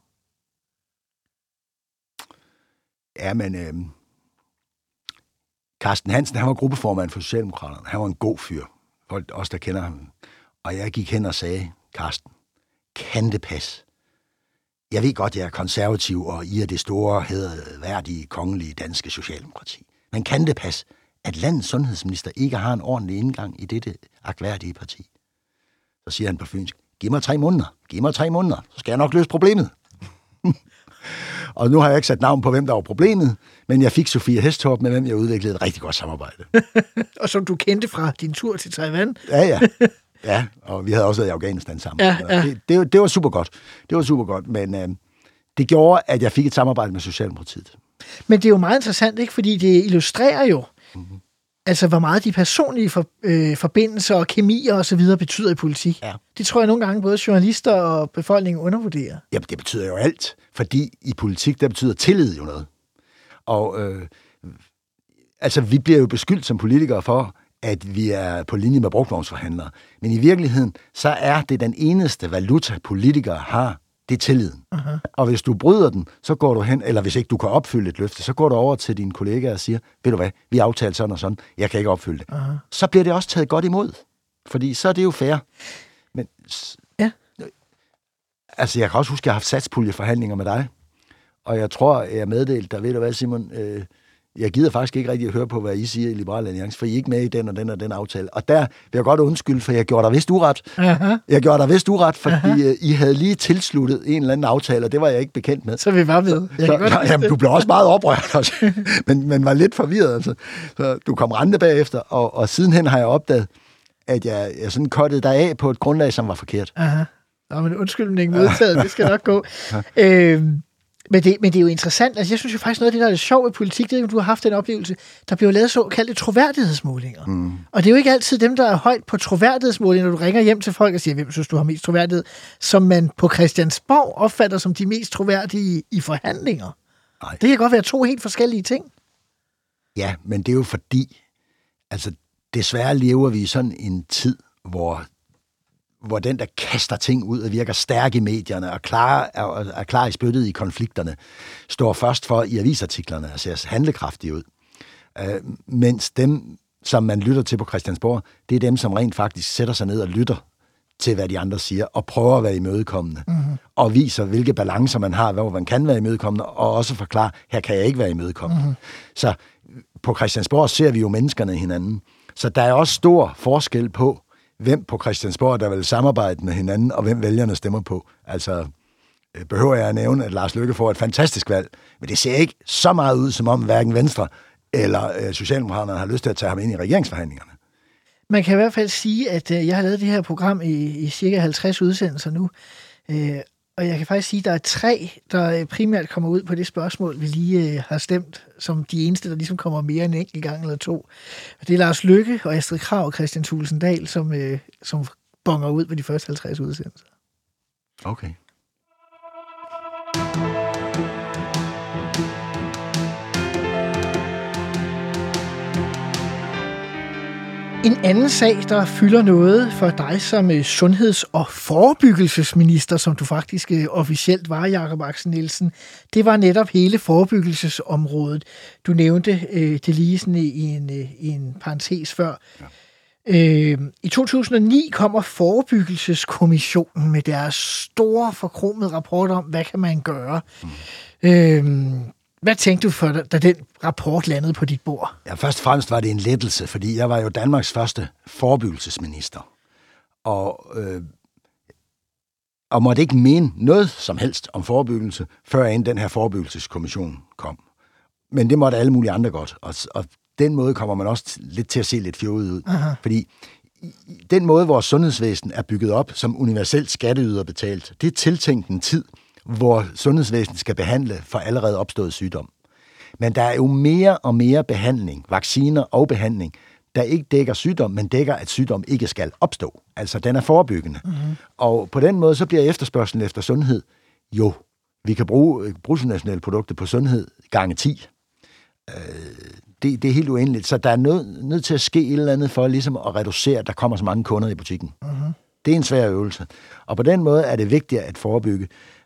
Ja, men Carsten Hansen, han var gruppeformand for Socialdemokraterne. Han var en god fyr. Folk også, der kender ham. Og jeg gik hen og sagde, Carsten, kan det passe? Jeg ved godt, jeg er konservativ, og I er det store, hæderværdige, kongelige danske socialdemokrati. Men kan det passe, at landets sundhedsminister ikke har en ordentlig indgang i dette agtværdige parti? Så siger han på fynsk, giv mig 3 måneder, så skal jeg nok løse problemet. Og nu har jeg ikke sat navn på, hvem der var problemet, men jeg fik Sofie Hestorp, med hvem jeg udviklede et rigtig godt samarbejde. Og som du kendte fra din tur til Taiwan. Ja. Ja, og vi havde også været i Afghanistan sammen. Ja. Det var super godt. Det var super godt, men det gjorde, at jeg fik et samarbejde med Socialdemokratiet. Men det er jo meget interessant, ikke? Fordi det illustrerer jo, altså hvor meget de personlige forbindelser og kemier og så videre betyder i politik. Ja. Det tror jeg nogle gange både journalister og befolkningen undervurderer. Jamen, det betyder jo alt, fordi i politik, der betyder tillid jo noget. Og altså, vi bliver jo beskyldt som politikere for, at vi er på linje med brugtvognsforhandlere. Men i virkeligheden, så er det den eneste valuta, politikere har, det er tilliden. Uh-huh. Og hvis du bryder den, så går du hen, eller hvis ikke du kan opfylde et løfte, så går du over til dine kollegaer og siger, ved du hvad, vi aftalte sådan og sådan, jeg kan ikke opfylde det. Uh-huh. Så bliver det også taget godt imod, fordi så er det jo fair. Men altså, jeg kan også huske, at jeg har haft satspuljeforhandlinger med dig, og jeg tror, jeg meddelte dig, ved du hvad, Simon, jeg gider faktisk ikke rigtig at høre på, hvad I siger i Liberal Alliance, for I er ikke med i den og den og den aftale. Og der vil jeg godt undskylde, for jeg gjorde dig vist uret. Uh-huh. Jeg gjorde dig vist uret, fordi I havde lige tilsluttet en eller anden aftale, og det var jeg ikke bekendt med. Så vi var med. Jamen, du blev også meget oprørt, altså. men var lidt forvirret. Altså. Så du kom rendende bagefter, og sidenhen har jeg opdaget, at jeg sådan cuttede dig af på et grundlag, som var forkert. Aha. Nå, men undskyldning modtaget, det skal nok gå. Men det er jo interessant. Altså, jeg synes jo faktisk, noget af det, der er sjovt i politik, det er, at du har haft den oplevelse, der bliver lavet såkaldte troværdighedsmålinger. Mm. Og det er jo ikke altid dem, der er højt på troværdighedsmålinger, når du ringer hjem til folk og siger, hvem synes du har mest troværdighed, som man på Christiansborg opfatter som de mest troværdige i forhandlinger. Nej. Det kan godt være 2 helt forskellige ting. Ja, men det er jo fordi, altså desværre lever vi i sådan en tid, hvor den, der kaster ting ud og virker stærk i medierne og er klar i spyttet i konflikterne, står først for i avisartiklerne og ser handlekraftige ud. Mens dem, som man lytter til på Christiansborg, det er dem, som rent faktisk sætter sig ned og lytter til, hvad de andre siger, og prøver at være imødekommende, og viser, hvilke balancer man har, hvor man kan være imødekommende, og også forklare, her kan jeg ikke være imødekommende. Så på Christiansborg ser vi jo menneskerne hinanden. Så der er også stor forskel på, hvem på Christiansborg, der vil samarbejde med hinanden, og hvem vælgerne stemmer på. Altså, behøver jeg at nævne, at Lars Løkke får et fantastisk valg, men det ser ikke så meget ud, som om hverken Venstre eller Socialdemokraterne har lyst til at tage ham ind i regeringsforhandlingerne. Man kan i hvert fald sige, at jeg har lavet det her program i cirka 50 udsendelser nu, og jeg kan faktisk sige, at der er 3, der primært kommer ud på det spørgsmål, vi lige har stemt, som de eneste, der ligesom kommer mere end en enkelt gang eller 2. Og det er Lars Løkke og Astrid Krag og Kristian Thulesen Dahl, som bonger ud på de første 50 udsendelser. Okay. En anden sag, der fylder noget for dig som sundheds- og forebyggelsesminister, som du faktisk officielt var, Jakob Axel Nielsen, det var netop hele forebyggelsesområdet. Du nævnte det lige sådan i en parentes før. Ja. I 2009 kommer Forebyggelseskommissionen med deres store forkromede rapport om, hvad kan man gøre. Hvad tænkte du for, da den rapport landede på dit bord? Ja, først og fremmest var det en lettelse, fordi jeg var jo Danmarks første forebyggelsesminister. Og måtte ikke mene noget som helst om forebyggelse, før inden den her forebyggelseskommission kom. Men det måtte alle mulige andre godt. Og den måde kommer man også lidt til at se lidt fjollet ud. Aha. Fordi den måde, vores sundhedsvæsen er bygget op som universelt skatteyderbetalt, det er tiltænkt en tid, hvor sundhedsvæsenet skal behandle for allerede opstået sygdom. Men der er jo mere og mere behandling, vacciner og behandling, der ikke dækker sygdom, men dækker, at sygdom ikke skal opstå. Altså, den er forebyggende. Mm-hmm. Og på den måde, så bliver efterspørgselen efter sundhed jo, vi kan bruge bruttonationalproduktet på sundhed gange 10. Det er helt uendeligt. Så der er nødt til at ske et eller andet for ligesom at reducere, at der kommer så mange kunder i butikken. Mm-hmm. Det er en svær øvelse. Og på den måde er det vigtigt at forebygge.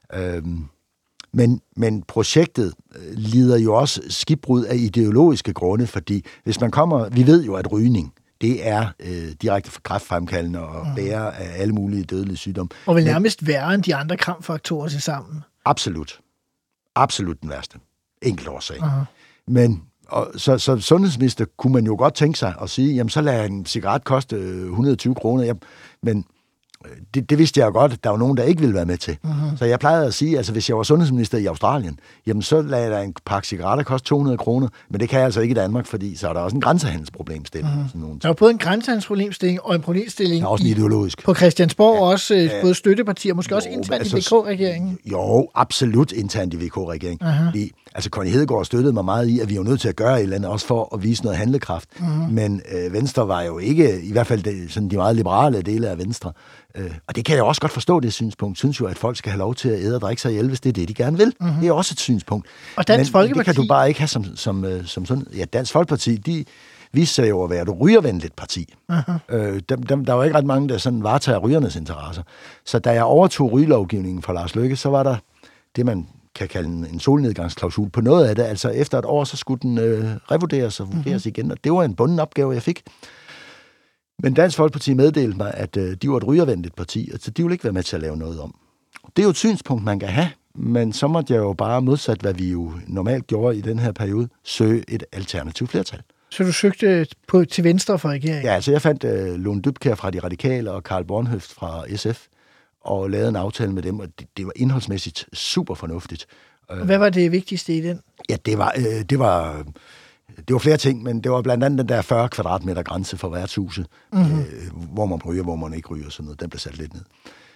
Men projektet lider jo også skibbrud af ideologiske grunde, fordi hvis man kommer, vi ved jo, at rygning, det er direkte kræftfremkaldende og bærer af alle mulige dødelige sygdomme. Og vel nærmest værre end de andre kramfaktorer til sammen. Absolut. Absolut den værste. Enkelt årsag. Men så sundhedsminister kunne man jo godt tænke sig at sige, jamen så lader en cigaret koste 120 kroner. Men det vidste jeg jo godt, at der var nogen, der ikke ville være med til. Uh-huh. Så jeg plejede at sige, altså hvis jeg var sundhedsminister i Australien, jamen så lagde der en pakke cigaretter koste 200 kroner, men det kan jeg altså ikke i Danmark, fordi så er der også en grænsehandelsproblemstilling. Uh-huh. Sådan nogle der er både en grænsehandelsproblemstilling og en problemstilling der er også en ideologisk. På Christiansborg, også både støttepartier, måske også internt i VK-regeringen. Jo, absolut internt i VK-regeringen. Uh-huh. Altså Connie Hedegaard støttede mig meget i, at vi er jo nødt til at gøre et eller andet, også for at vise noget handlekraft. Uh-huh. Men Venstre var jo ikke, i hvert fald sådan de meget liberale dele af Venstre. Og det kan jeg også godt forstå, det synspunkt. Synes jo, at folk skal have lov til at æde og drikke sig ihjel, hvis det er det, de gerne vil. Uh-huh. Det er også et synspunkt. Og Dansk Folkeparti... det kan du bare ikke have som sådan. Ja, Dansk Folkeparti, de viste sig jo at være et rygervenligt parti. Uh-huh. Der var ikke ret mange, der sådan varetager rygernes interesser. Så da jeg overtog rygelovgivningen fra Lars Løkke, så var der det, man kan kalde en solnedgangsklausul på noget af det. Altså efter et år, så skulle den revurderes og vurderes igen. Og det var en bunden opgave, jeg fik. Men Dansk Folkeparti meddelte mig, at de var et rygervenligt parti, og så de ville ikke være med til at lave noget om. Det er jo et synspunkt, man kan have, men så måtte jeg jo bare modsat, hvad vi jo normalt gjorde i den her periode, søge et alternativt flertal. Så du søgte til venstre for regeringen? Ja, altså jeg fandt Lone Dybkjær fra De Radikale og Karl Bornhøft fra SF, og lavede en aftale med dem, og det var indholdsmæssigt super fornuftigt. Hvad var det vigtigste i den? Ja, det var flere ting, men det var blandt andet den der 40 kvadratmeter grænse for værtshuset, hvor man ryger, hvor man ikke ryger, sådan noget. Den blev sat lidt ned.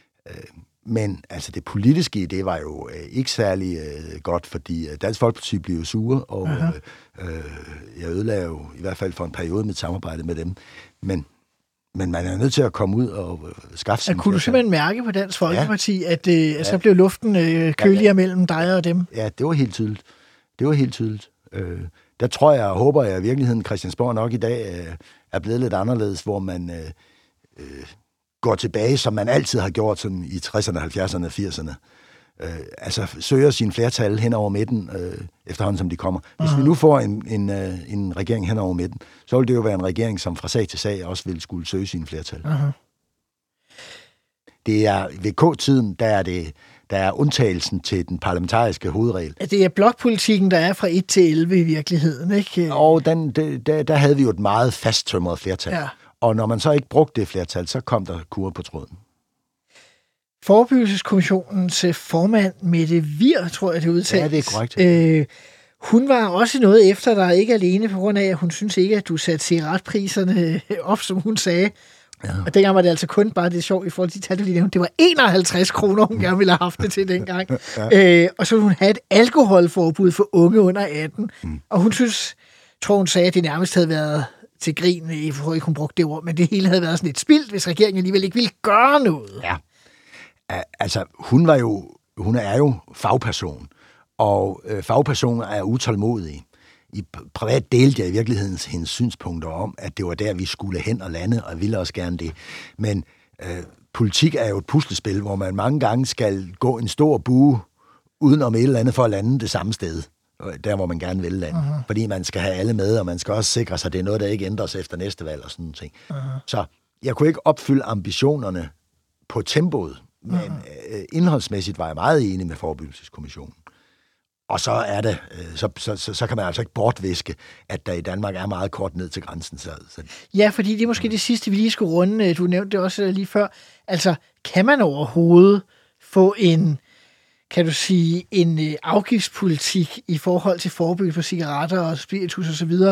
Men altså det politiske i det var jo ikke særlig godt, fordi Dansk Folkeparti blev jo sure, og jeg ødelagde jo i hvert fald for en periode mit samarbejde med dem. Men man er nødt til at komme ud og skaffe sin kunne du simpelthen mærke på Dansk Folkeparti, at så blev luften køligere mellem dig og dem? Ja, det var helt tydeligt. Der tror jeg og håber jeg i virkeligheden, Christiansborg nok i dag er blevet lidt anderledes, hvor man går tilbage, som man altid har gjort sådan i 60'erne, 70'erne, 80'erne. Altså søger sin flertal hen over midten, efterhånden som de kommer. Hvis vi nu får en regering hen over midten, så vil det jo være en regering, som fra sag til sag også vil skulle søge sin flertal. Det er ved K-tiden, der er undtagelsen til den parlamentariske hovedregel. Det er blokpolitikken, der er fra 1 til 11 i virkeligheden, ikke? Og der havde vi jo et meget fasttømret flertal. Ja. Og når man så ikke brugte det flertal, så kom der kurre på tråden. Forebyggelseskommissionens formand, Mette Wier, tror jeg det udtales. Ja, det er korrekt. Hun var også noget efter dig, ikke alene på grund af, at hun synes ikke, at du satte cigaretpriserne op, som hun sagde. Ja. Og dengang var det altså kun bare det sjovt i forhold til de tal, du lige nævnte. Det var 51 kroner, hun gerne ville have haft det til dengang. Ja. Og så ville hun have et alkoholforbud for unge under 18. Og hun tror hun sagde, at det nærmest havde været til grin. Jeg tror ikke, hun brugte det ord, men det hele havde været sådan et spildt, hvis regeringen alligevel ikke ville gøre noget. Ja. Altså, hun er jo fagperson, og fagpersoner er utålmodige. privat delte jeg i virkeligheden hendes synspunkter om, at det var der, vi skulle hen og lande, og jeg ville også gerne det. Men politik er jo et puslespil, hvor man mange gange skal gå en stor bue udenom et eller andet for at lande det samme sted. Der, hvor man gerne vil lande. Uh-huh. Fordi man skal have alle med, og man skal også sikre sig, at det er noget, der ikke ændres efter næste valg og sådan noget ting. Uh-huh. Så jeg kunne ikke opfylde ambitionerne på tempoet, men indholdsmæssigt var jeg meget enig med Forebyggelseskommissionen. Og så er det, så kan man altså ikke bortviske, at der i Danmark er meget kort ned til grænsen. Så. Ja, fordi det er måske det sidste, vi lige skulle runde. Du nævnte det også lige før. Altså, kan man overhovedet få en afgiftspolitik i forhold til forebyggelse for cigaretter og spiritus og så videre,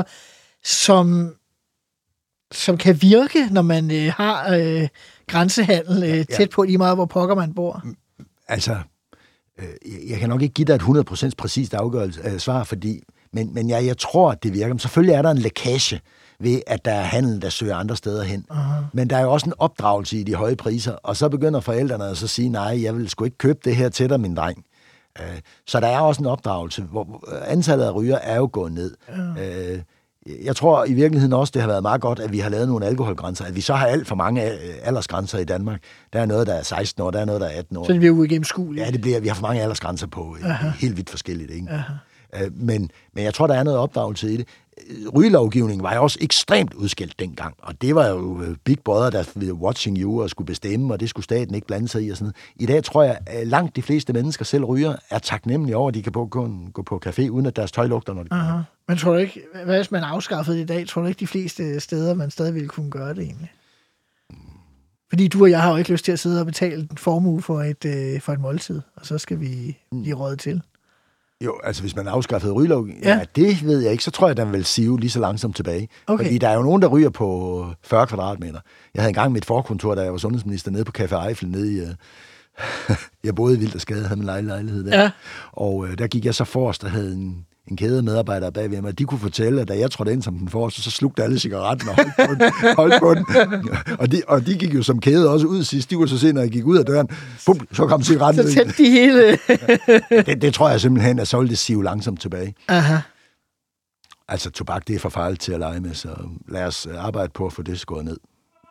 som kan virke, når man har grænsehandel tæt på lige meget, hvor pokker man bor? Altså, jeg kan nok ikke give dig et 100% præcist svar, fordi, men jeg tror, at det virker. Men selvfølgelig er der en lækage ved, at der er handel, der søger andre steder hen. Uh-huh. Men der er jo også en opdragelse i de høje priser, og så begynder forældrene at så sige, nej, jeg vil sgu ikke købe det her til dig, min dreng. Så der er også en opdragelse, hvor antallet af ryger er jo gået ned. Uh-huh. Jeg tror i virkeligheden også, det har været meget godt, at vi har lavet nogle alkoholgrænser, at vi så har alt for mange aldersgrænser i Danmark. Der er noget, der er 16 år, der er noget, der er 18 år. Så det bliver uigennemskueligt. Ja, det bliver, vi har for mange aldersgrænser på helt vidt forskelligt, ikke? Men jeg tror, der er noget opdragelse i det. Rygelovgivningen var jo også ekstremt udskilt dengang, og det var jo Big Brother, der var watching you og skulle bestemme, og det skulle staten ikke blande sig i og sådan noget. I dag tror jeg, at langt de fleste mennesker selv ryger, er taknemmelige over, at de kan gå på café, uden at deres tøj lugter, når de kommer. Men tror du ikke, hvis man afskaffede det i dag, tror du ikke de fleste steder, man stadig ville kunne gøre det egentlig? Fordi du og jeg har jo ikke lyst til at sidde og betale en formue for et måltid, og så skal vi blive rådet til. Jo, altså hvis man afskaffede rygelovgivningen, ja, det ved jeg ikke, så tror jeg, at den vil sive lige så langsomt tilbage. Okay. Fordi der er jo nogen, der ryger på 40 kvadratmeter. Jeg havde engang mit forkontor, da jeg var sundhedsminister, nede på Café Eiffel, nede i... jeg boede i Wildersgade, havde min lejlighed der. Ja. Og der gik jeg så forrest, der havde en kæde medarbejdere bagved mig. De kunne fortælle, at da jeg trådte ind som den forreste, så slugte alle cigaretten og holdt på den. Og de gik jo som kæde også ud sidst. De kunne så se, når jeg gik ud af døren, bum, så kom cigaretten. Så tændte de hele. det tror jeg simpelthen, at så ville det sive langsomt tilbage. Aha. Altså, tobak, det er for farligt til at lege med, så lad os arbejde på at få det skåret ned.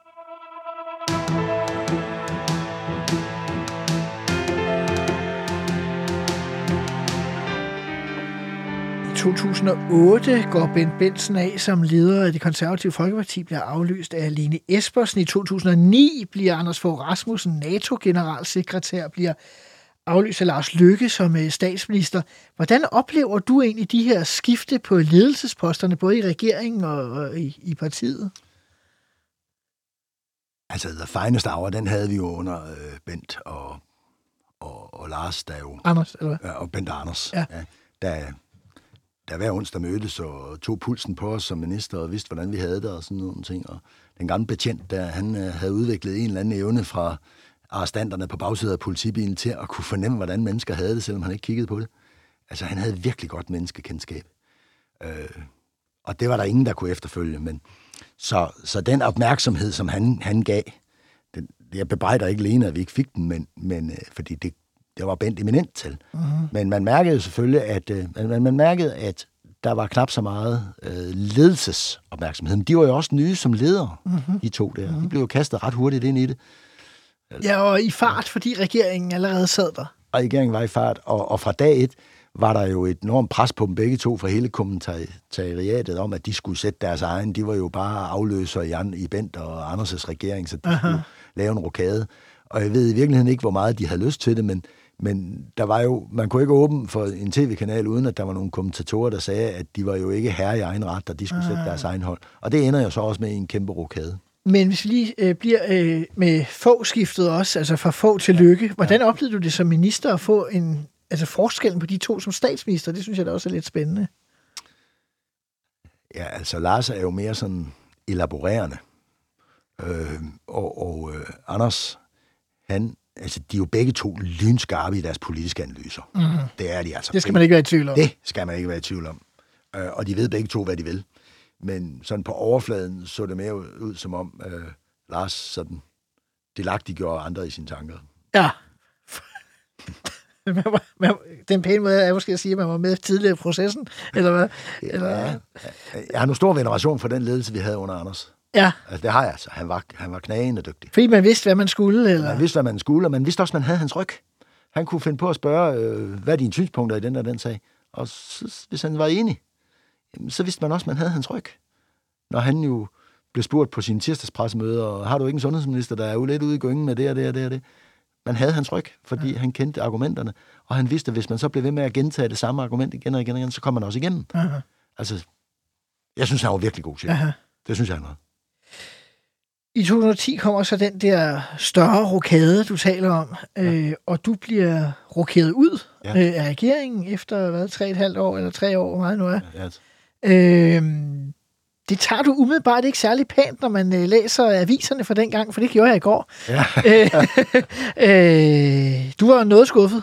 I 2008 går Bent Bendtsen af som leder af Det Konservative Folkeparti, bliver afløst af Lene Espersen. I 2009 bliver Anders Fogh Rasmussen, NATO-generalsekretær, bliver afløst af Lars Løkke som statsminister. Hvordan oplever du egentlig de her skifte på ledelsesposterne, både i regeringen og i partiet? Altså, the finest hour, den havde vi jo under Bent og Lars, der jo... Anders, eller hvad? Og Bent og Anders, ja. Der hver onsdag mødtes og tog pulsen på os som minister og vidste, hvordan vi havde det og sådan nogle ting. Og den gamle betjent, der han havde udviklet en eller anden evne fra arrestanterne på bagsiden af politibilen til at kunne fornemme, hvordan mennesker havde det, selvom han ikke kiggede på det. Altså, han havde virkelig godt menneskekendskab. Og det var der ingen, der kunne efterfølge. Men så den opmærksomhed, som han gav, jeg bebrejder ikke Lene, at vi ikke fik den, men fordi det var Bent eminent til. Uh-huh. Men man mærkede selvfølgelig, at der var knap så meget ledelsesopmærksomhed. Men de var jo også nye som ledere, de to der. Uh-huh. De blev jo kastet ret hurtigt ind i det. Ja, og i fart, fordi regeringen allerede sad der. Og regeringen var i fart, og fra dag 1 var der jo et enormt pres på dem begge to fra hele kommentariatet om, at de skulle sætte deres egen. De var jo bare afløser i Bent og Anders' regering, så de skulle lave en rokade. Og jeg ved i virkeligheden ikke, hvor meget de havde lyst til det, men der var jo, man kunne ikke åbne for en tv-kanal, uden at der var nogle kommentatorer, der sagde, at de var jo ikke herre i egen ret, og de skulle sætte deres egen hold. Og det ender jo så også med en kæmpe rokade. Men hvis vi lige bliver med Fogh-skiftet også, altså fra Fogh til Løkke, hvordan oplevede du det som minister at få forskellen på de to som statsminister? Det synes jeg da også er lidt spændende. Ja, altså Lars er jo mere sådan elaborerende. Anders, de er jo begge to lynskarpe i deres politiske analyser. Mm-hmm. Det er de altså. Det skal man ikke være i tvivl om. Det skal man ikke være i tvivl om. Og de ved begge to, hvad de vil. Men sådan på overfladen så det mere ud som om Lars sådan delagtiggjorde andre i sine tanker. Ja. Den pæne måde er måske at sige, at man var med tidligere i processen, eller hvad? Eller... Ja. Jeg har nu stor veneration for den ledelse, vi havde under Anders. Ja. Altså, det har jeg altså. Han var knagende dygtig. Fordi man vidste, hvad man skulle, eller? Man vidste, hvad man skulle, og man vidste også, at man havde hans ryg. Han kunne finde på at spørge, hvad er dine synspunkter i den sag? Og så, hvis han var enig, så vidste man også, at man havde hans ryg. Når han jo blev spurgt på sine tirsdagspressemøder, og har du ikke en sundhedsminister, der er jo lidt ude i gyngen med det og det og det og det? Man havde hans ryg, fordi han kendte argumenterne, og han vidste, at hvis man så blev ved med at gentage det samme argument igen og igen og igen, så kom man også igennem. Aha. Altså, jeg synes, han var virkelig god chef. Aha. Det synes jeg, han var. I 2010 kommer så den der større rokade, du taler om, og du bliver rokeret ud af regeringen efter, 3,5 år eller 3 år, hvor meget nu er. Ja. Det tager du umiddelbart ikke særlig pænt, når man læser aviserne fra den gang, for det gjorde jeg i går. Ja. Du var noget skuffet.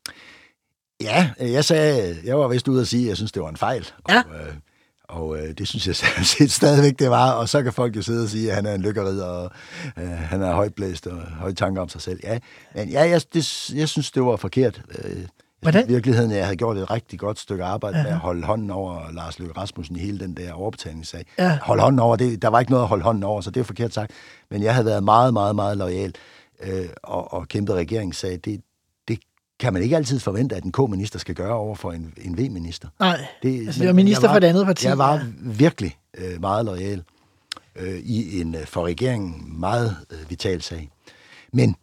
Ja, jeg var vist ude at sige, at jeg synes, det var en fejl. Ja. Og det synes jeg stadigvæk, det var. Og så kan folk jo sidde og sige, at han er en lykkeridder, og han er højtblæst og høje tanker om sig selv. Ja, men jeg synes, det var forkert. I virkeligheden, jeg havde gjort et rigtig godt stykke arbejde med at holde hånden over Lars Løkke Rasmussen i hele den der overbetalingssag. Ja. Holde hånden over, der var ikke noget at holde hånden over, så det er forkert sagt. Men jeg havde været meget, meget, meget loyal og kæmpet regeringssag. Det kan man ikke altid forvente, at en K-minister skal gøre over for en V-minister. Nej, det var minister for et andet parti. Jeg var virkelig meget loyal i en for regeringen meget vital sag. Men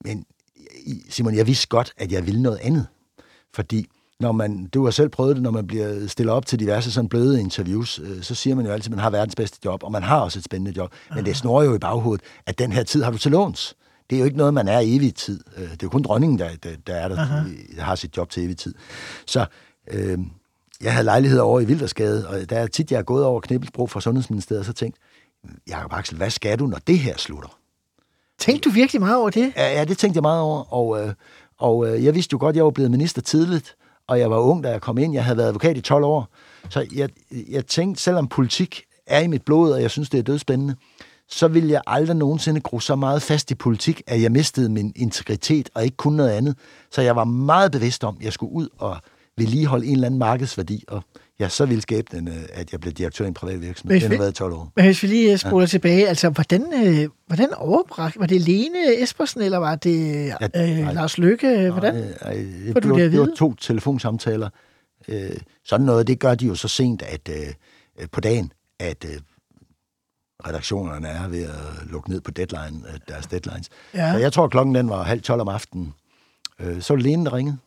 Simon, jeg vidste godt, at jeg ville noget andet. Fordi du har selv prøvet det, når man bliver stillet op til diverse sådan bløde interviews, så siger man jo altid, at man har verdens bedste job, og man har også et spændende job. Men det snor jo i baghovedet, at den her tid har du til låns. Det er jo ikke noget, man er evig tid. Det er jo kun dronningen, der har sit job til evig tid. Så jeg havde lejlighed over i Wildersgade, og der er tit, jeg er gået over Knibbelsbro fra Sundhedsministeriet, og så tænkte, Jacob Axel, hvad skal du, når det her slutter? Tænkte du virkelig meget over det? Ja, det tænkte jeg meget over, og jeg vidste jo godt, at jeg var blevet minister tidligt, og jeg var ung, da jeg kom ind. Jeg havde været advokat i 12 år. Så jeg tænkte, selvom politik er i mit blod, og jeg synes, det er dødspændende, så ville jeg aldrig nogensinde gro så meget fast i politik, at jeg mistede min integritet og ikke kunne noget andet. Så jeg var meget bevidst om, at jeg skulle ud og vedligeholde en eller anden markedsværdi, og så ville skæbnen, at jeg blev direktør i en privat virksomhed. Det har været 12 år. Men hvis vi lige spoler tilbage, altså hvordan overbragte? Var det Lene Espersen, eller var det Lars Løkke? Hvordan? Det var 2 telefonsamtaler. Sådan noget, det gør de jo så sent på dagen, at redaktionerne er ved at lukke ned på deres deadlines. Ja. Så jeg tror, klokken den var 11:30 om aftenen. Så var det Lene, der ringede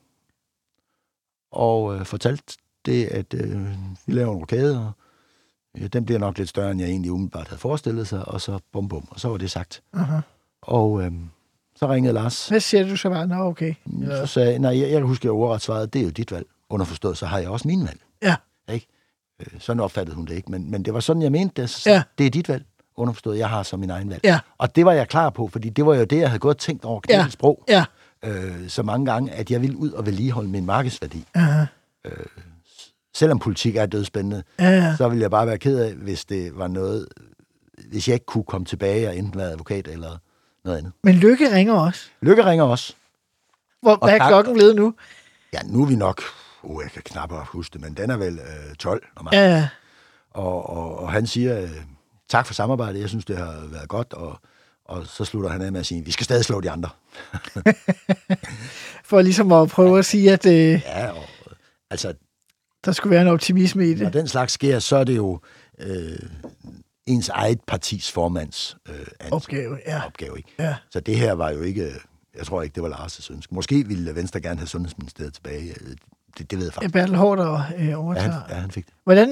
og fortalte det, at vi laver en rokade, og den bliver nok lidt større, end jeg egentlig umiddelbart havde forestillet sig, og så bum, og så var det sagt. Uh-huh. Og så ringede Lars. Hvad siger du så bare? Nå, okay. Så sagde jeg kan huske, at jeg ordret svarede, det er jo dit valg. Underforstået, så har jeg også min valg. Ja. Ikke? Sådan opfattede hun det ikke, men det var sådan, jeg mente det. Ja. Det er dit valg. Underforstået, jeg har så min egen valg. Ja. Og det var jeg klar på, fordi det var jo det, jeg havde gået og tænkt over Knibbelsbro. Ja. Så mange gange, at jeg ville ud og vedligeholde min markedsværdi. Uh-huh. Selvom politik er dødspændende, så ville jeg bare være ked af, hvis det var noget, hvis jeg ikke kunne komme tilbage og enten være advokat eller noget andet. Men Lykke ringer også. Lykke ringer også. Hvad er klokken blevet nu? Ja, nu er vi nok, jeg kan knap huske det, men den er vel 12. Ja. Og han siger, tak for samarbejdet, jeg synes, det har været godt, og så slutter han af med at sige, vi skal stadig slå de andre. For ligesom at prøve at sige, at altså, der skulle være en optimisme i det. Når den slags sker, så er det jo ens eget partis formands opgave, ikke? Ja. Så det her var jo ikke, jeg tror ikke, det var Lars' ønske. Måske ville Venstre gerne have Sundhedsministeriet tilbage. Det ved jeg faktisk. Bertel Haarder overtager. Ja, han fik det. Hvordan,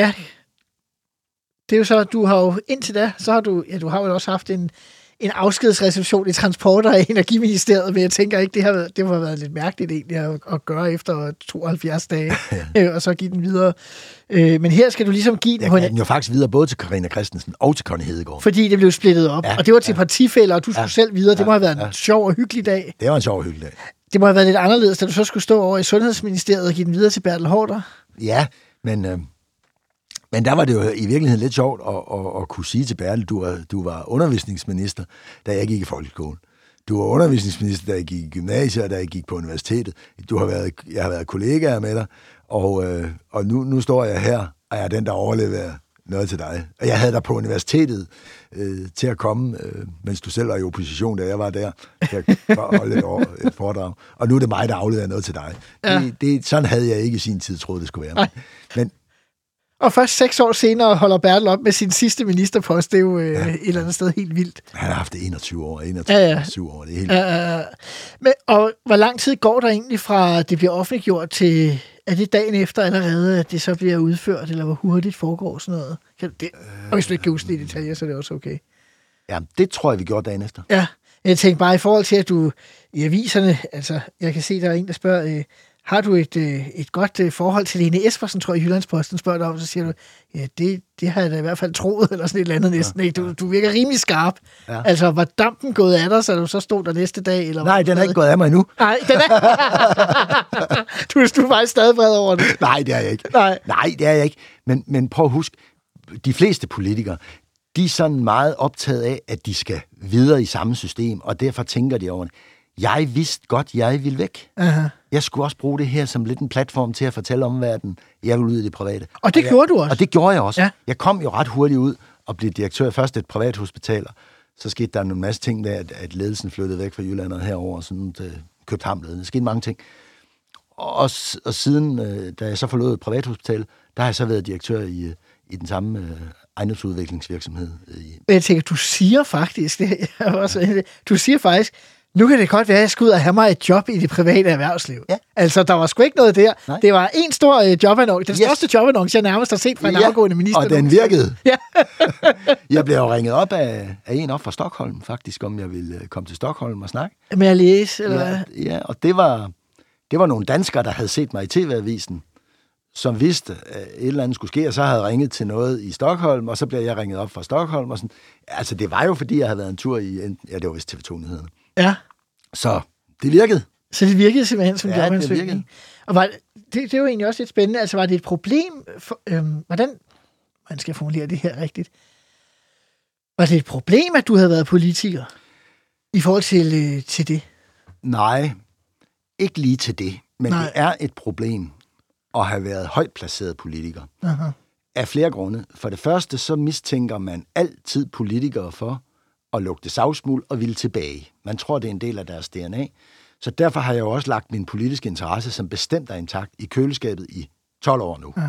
det er jo så, du har jo indtil da, så har du har jo også haft en afskedsreception i Transport- og Energiministeriet, men jeg tænker ikke, det har været lidt mærkeligt egentlig at gøre efter 72 dage, og så give den videre. Men her skal du ligesom give den... Jeg gav den jo faktisk videre både til Carina Christensen og til Connie Hedegaard. Fordi det blev splittet op, og det var til partifæller, og du skulle selv videre. Det må have været en sjov og hyggelig dag. Det var en sjov og hyggelig dag. Det må have været lidt anderledes, da du så skulle stå over i Sundhedsministeriet og give den videre til Bertel Haarder. Ja, men der var det jo i virkeligheden lidt sjovt at kunne sige til Bertel, du var undervisningsminister, da jeg gik i folkeskolen. Du var undervisningsminister, da jeg gik i gymnasiet, og da jeg gik på universitetet. Jeg har været kollegaer med dig, og nu står jeg her, og jeg er den, der overleverer noget til dig. Og jeg havde dig på universitetet til at komme, mens du selv var i opposition, da jeg var der, til at holde et foredrag. Og nu er det mig, der afleverer noget til dig. Ja. Sådan havde jeg ikke i sin tid troet, det skulle være. Men og først 6 år senere holder Bertel op med sin sidste ministerpost. Det er jo et eller andet sted helt vildt. Han har haft det 21 år, 7 år. Det er helt Men, og hvor lang tid går der egentlig fra, det bliver offentliggjort til, er det dagen efter allerede, at det så bliver udført, eller hvor hurtigt foregår sådan noget? Og hvis du ikke kan huske det i detaljer, så er det også okay. Ja, det tror jeg, vi gjorde dagen efter. Ja, jeg tænker bare i forhold til, at du i aviserne, altså jeg kan se, der er en, der spørger, har du et godt forhold til Lene Espersen, tror jeg, i Jyllandsposten spørger dig om, så siger du, ja, det har jeg da i hvert fald troet, eller sådan et eller andet næsten. Ikke? Du virker rimelig skarp. Ja. Altså, var dampen gået af dig, så du så stod der næste dag? Eller nej, den er ikke gået af mig endnu. Nej, den er... du er faktisk stadig vred over det. Nej, det er jeg ikke. Nej, det er jeg ikke. Men prøv at huske, de fleste politikere, de er sådan meget optaget af, at de skal videre i samme system, og derfor tænker de over det. Jeg vidste godt, jeg ville væk. Aha. Jeg skulle også bruge det her som lidt en platform til at fortælle omverdenen, jeg vil ud i det private. Og det gjorde du også? Og det gjorde jeg også. Ja. Jeg kom jo ret hurtigt ud og blev direktør først et privathospital. Så skete der en masse ting der, at ledelsen flyttede væk fra Jylland og herover, sådan København. Der skete mange ting. Og siden, da jeg så forlod et privathospital, der har jeg så været direktør i den samme ejendomsudviklingsvirksomhed. Jeg tænker, du siger faktisk, nu kan det godt være, at jeg skal ud og have mig et job i det private erhvervsliv. Ja. Altså, der var sgu ikke noget der. Nej. Det var en stor jobannonce. Den største jobannonce, jeg nærmest har set fra en afgående minister. Og den virkede. Ja. Jeg blev jo ringet op af en op fra Stockholm, faktisk, om jeg ville komme til Stockholm og snakke. Med at læse, eller hvad? Ja, og det var nogle danskere, der havde set mig i TV-avisen, som vidste, at et eller andet skulle ske, og så havde jeg ringet til noget i Stockholm, og så blev jeg ringet op fra Stockholm. Og sådan. Altså, det var jo, fordi jeg havde været en tur i, det var vist TV2-nyhederne. Ja. Så det virkede. Så det virkede simpelthen som jobansøgning. Og det er jo egentlig også lidt spændende. Altså, var det et problem for, hvordan skal jeg formulere det her rigtigt? Var det et problem, at du havde været politiker i forhold til det? Nej, ikke lige til det. Men det er et problem at have været højt placeret politiker. Aha. Af flere grunde. For det første, så mistænker man altid politikere for at lugte savsmuld og ville tilbage. Man tror, det er en del af deres DNA. Så derfor har jeg jo også lagt min politiske interesse, som bestemt er intakt, i køleskabet i 12 år nu.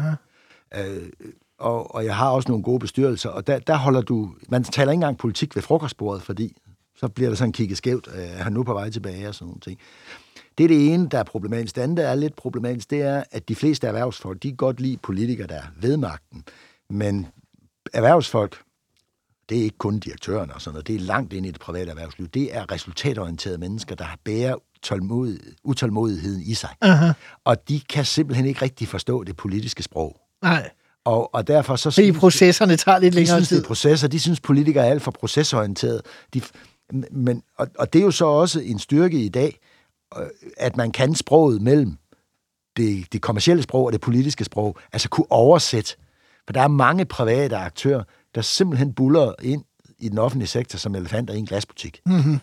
Og jeg har også nogle gode bestyrelser, og der holder du... Man taler ikke engang politik ved frokostbordet, fordi så bliver der sådan kigget skævt, er han nu på vej tilbage og sådan nogle ting. Det er det ene, der er problematisk. Det andet, der er lidt problematisk, det er, at de fleste erhvervsfolk, de kan godt lide politikere, der er ved magten. Men erhvervsfolk, det er ikke kun direktørerne og sådan noget, det er langt ind i det private erhvervsliv. Det er resultatorienterede mennesker, der bærer utålmodigheden i sig. Uh-huh. Og de kan simpelthen ikke rigtig forstå det politiske sprog. Nej. Og derfor så... Fordi processerne tager lidt længere tid. Processer, de synes, politikere er alt for procesorienterede. Og det er jo så også en styrke i dag, at man kan sproget mellem det kommercielle sprog og det politiske sprog, altså kunne oversætte. For der er mange private aktører, der simpelthen buller ind i den offentlige sektor som elefanter i en glasbutik. Mm-hmm.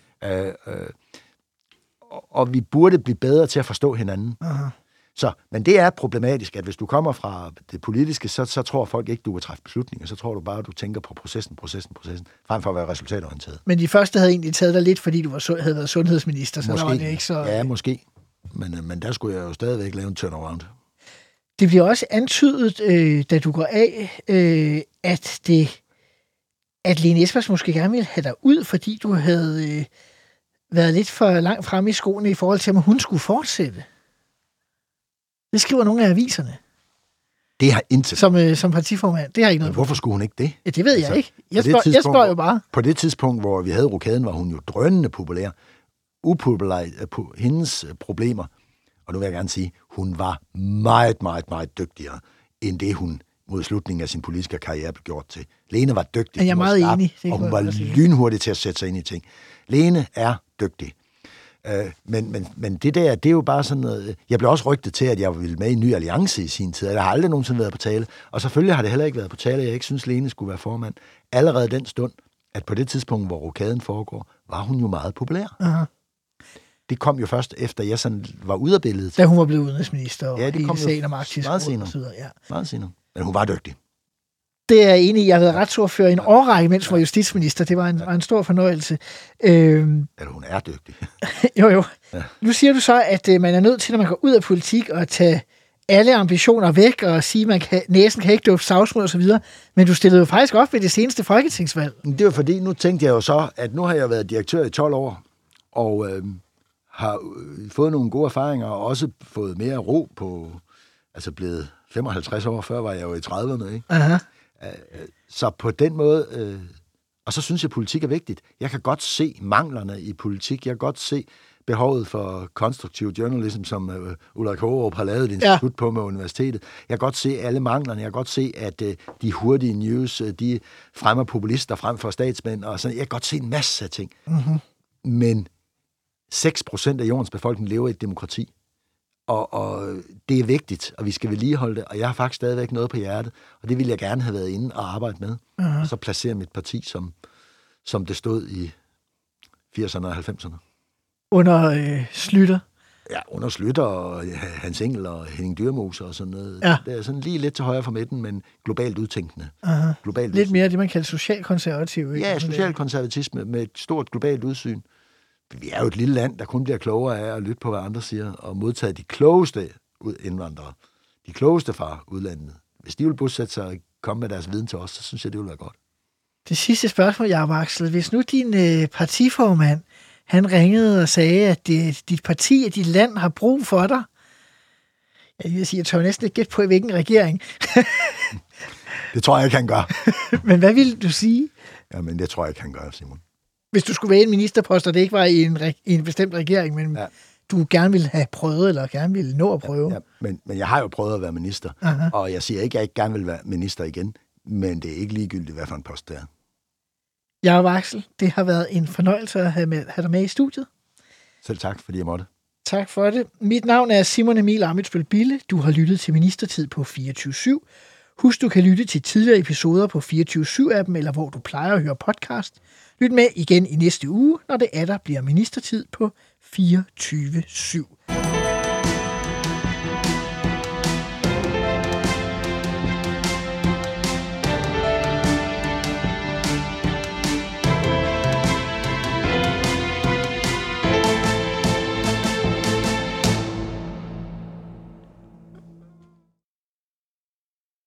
Og vi burde blive bedre til at forstå hinanden. Uh-huh. Men det er problematisk, at hvis du kommer fra det politiske, så tror folk ikke, du vil træffe beslutninger. Så tror du bare, at du tænker på processen, frem for at være resultatorienteret. Men de første havde egentlig taget dig lidt, fordi du havde været sundhedsminister. Så måske. Der var det ikke så... Ja, måske. Men der skulle jeg jo stadigvæk lave en turnaround. Det bliver også antydet, da du går af, at Lene Espersen måske gerne ville have dig ud, fordi du havde været lidt for langt fremme i skoene i forhold til, om hun skulle fortsætte. Det skriver nogle af aviserne. Det har intet. Som partiformand. Det har ikke noget. Men hvorfor skulle hun ikke det? Ja, det ved jeg ikke. Jeg spørger jo bare. På det tidspunkt, hvor vi havde rokaden, var hun jo drønende populær. Upopulær på hendes problemer. Og nu vil jeg gerne sige, hun var meget, meget, meget dygtigere, end det hun mod slutningen af sin politiske karriere blev gjort til. Lene var dygtig. Jeg er meget enig. Og hun var lynhurtig til at sætte sig ind i ting. Lene er dygtig. Men det der, det er jo bare sådan noget... Jeg blev også rygtet til, at jeg ville med i en ny alliance i sin tid. Jeg har aldrig nogensinde været på tale. Og selvfølgelig har det heller ikke været på tale, at jeg ikke synes, Lene skulle være formand. Allerede den stund, at på det tidspunkt, hvor rokaden foregår, var hun jo meget populær. Aha. Det kom jo først efter, jeg sådan var ude af billedet. Da hun var blevet udenrigsminister, og Ja, det hele kom jo sagen om Arktisk meget Råd senere. og så videre. Ja. Meget senere. Men hun var dygtig. Det er jeg enig i. Jeg har været retsordfører i en årrække, mens hun var justitsminister. Det var en stor fornøjelse. Eller hun er dygtig. Jo. Ja. Nu siger du så, at man er nødt til, når man går ud af politik, at tage alle ambitioner væk og sige, at næsen kan ikke dufte savsmuld og så videre. Men du stillede jo faktisk op ved det seneste folketingsvalg. Det var fordi, nu tænkte jeg jo så, at nu har jeg været direktør i 12 år, og har fået nogle gode erfaringer, og også fået mere ro på, altså blevet 55 år, før var jeg jo i 30'erne, ikke? Aha. Så på den måde, og så synes jeg, at politik er vigtigt. Jeg kan godt se manglerne i politik. Jeg kan godt se behovet for konstruktiv journalism, som Ulrik Hågerup har lavet et institut på med universitetet. Jeg kan godt se alle manglerne. Jeg kan godt se, at de hurtige news, de fremmer populister frem for statsmænd. Og sådan. Jeg kan godt se en masse af ting. Mm-hmm. Men 6% af jordens befolkning lever i et demokrati. Og det er vigtigt, og vi skal vedligeholde det, og jeg har faktisk stadigvæk noget på hjertet, og det ville jeg gerne have været inde og arbejde med. Uh-huh. Og så placere mit parti, som det stod i 80'erne og 90'erne. Under Schlüter? Ja, under Schlüter og Hans Engel og Henning Dyrmose og sådan noget. Ja. Det er sådan lige lidt til højre for midten, men globalt udtænkende. Uh-huh. Globalt lidt mere det, man kalder socialkonservativ. Ja, socialkonservatisme med et stort globalt udsyn. Vi er jo et lille land, der kun bliver klogere af at lytte på, hvad andre siger, og modtage de klogeste indvandrere, de klogeste fra udlandet. Hvis de vil bosætte sig og komme med deres viden til os, så synes jeg, det vil være godt. Det sidste spørgsmål, Jacob Axel. Hvis nu din partiformand, han ringede og sagde, at dit parti og dit land har brug for dig. Jeg tør næsten ikke gætte på, i hvilken regering. Det tror jeg ikke, han gør. Men hvad ville du sige? Jamen, det tror jeg ikke, han gør, Simon. Hvis du skulle vælge en ministerpost, og det ikke var i en bestemt regering, men du gerne ville have prøvet, eller gerne ville nå at prøve. Ja. Men jeg har jo prøvet at være minister, aha, og jeg siger ikke, at jeg ikke gerne vil være minister igen, men det er ikke ligegyldigt, hvad for en post det er. Jacob Axel, det har været en fornøjelse at have dig med i studiet. Selv tak, fordi jeg måtte. Tak for det. Mit navn er Simon Emil Ammitzbøll-Bille. Du har lyttet til Ministertid på 24/7. Husk, du kan lytte til tidligere episoder på 24/7-appen, eller hvor du plejer at høre podcast. Lyt med igen i næste uge, når det atter bliver Ministertid på 24/7.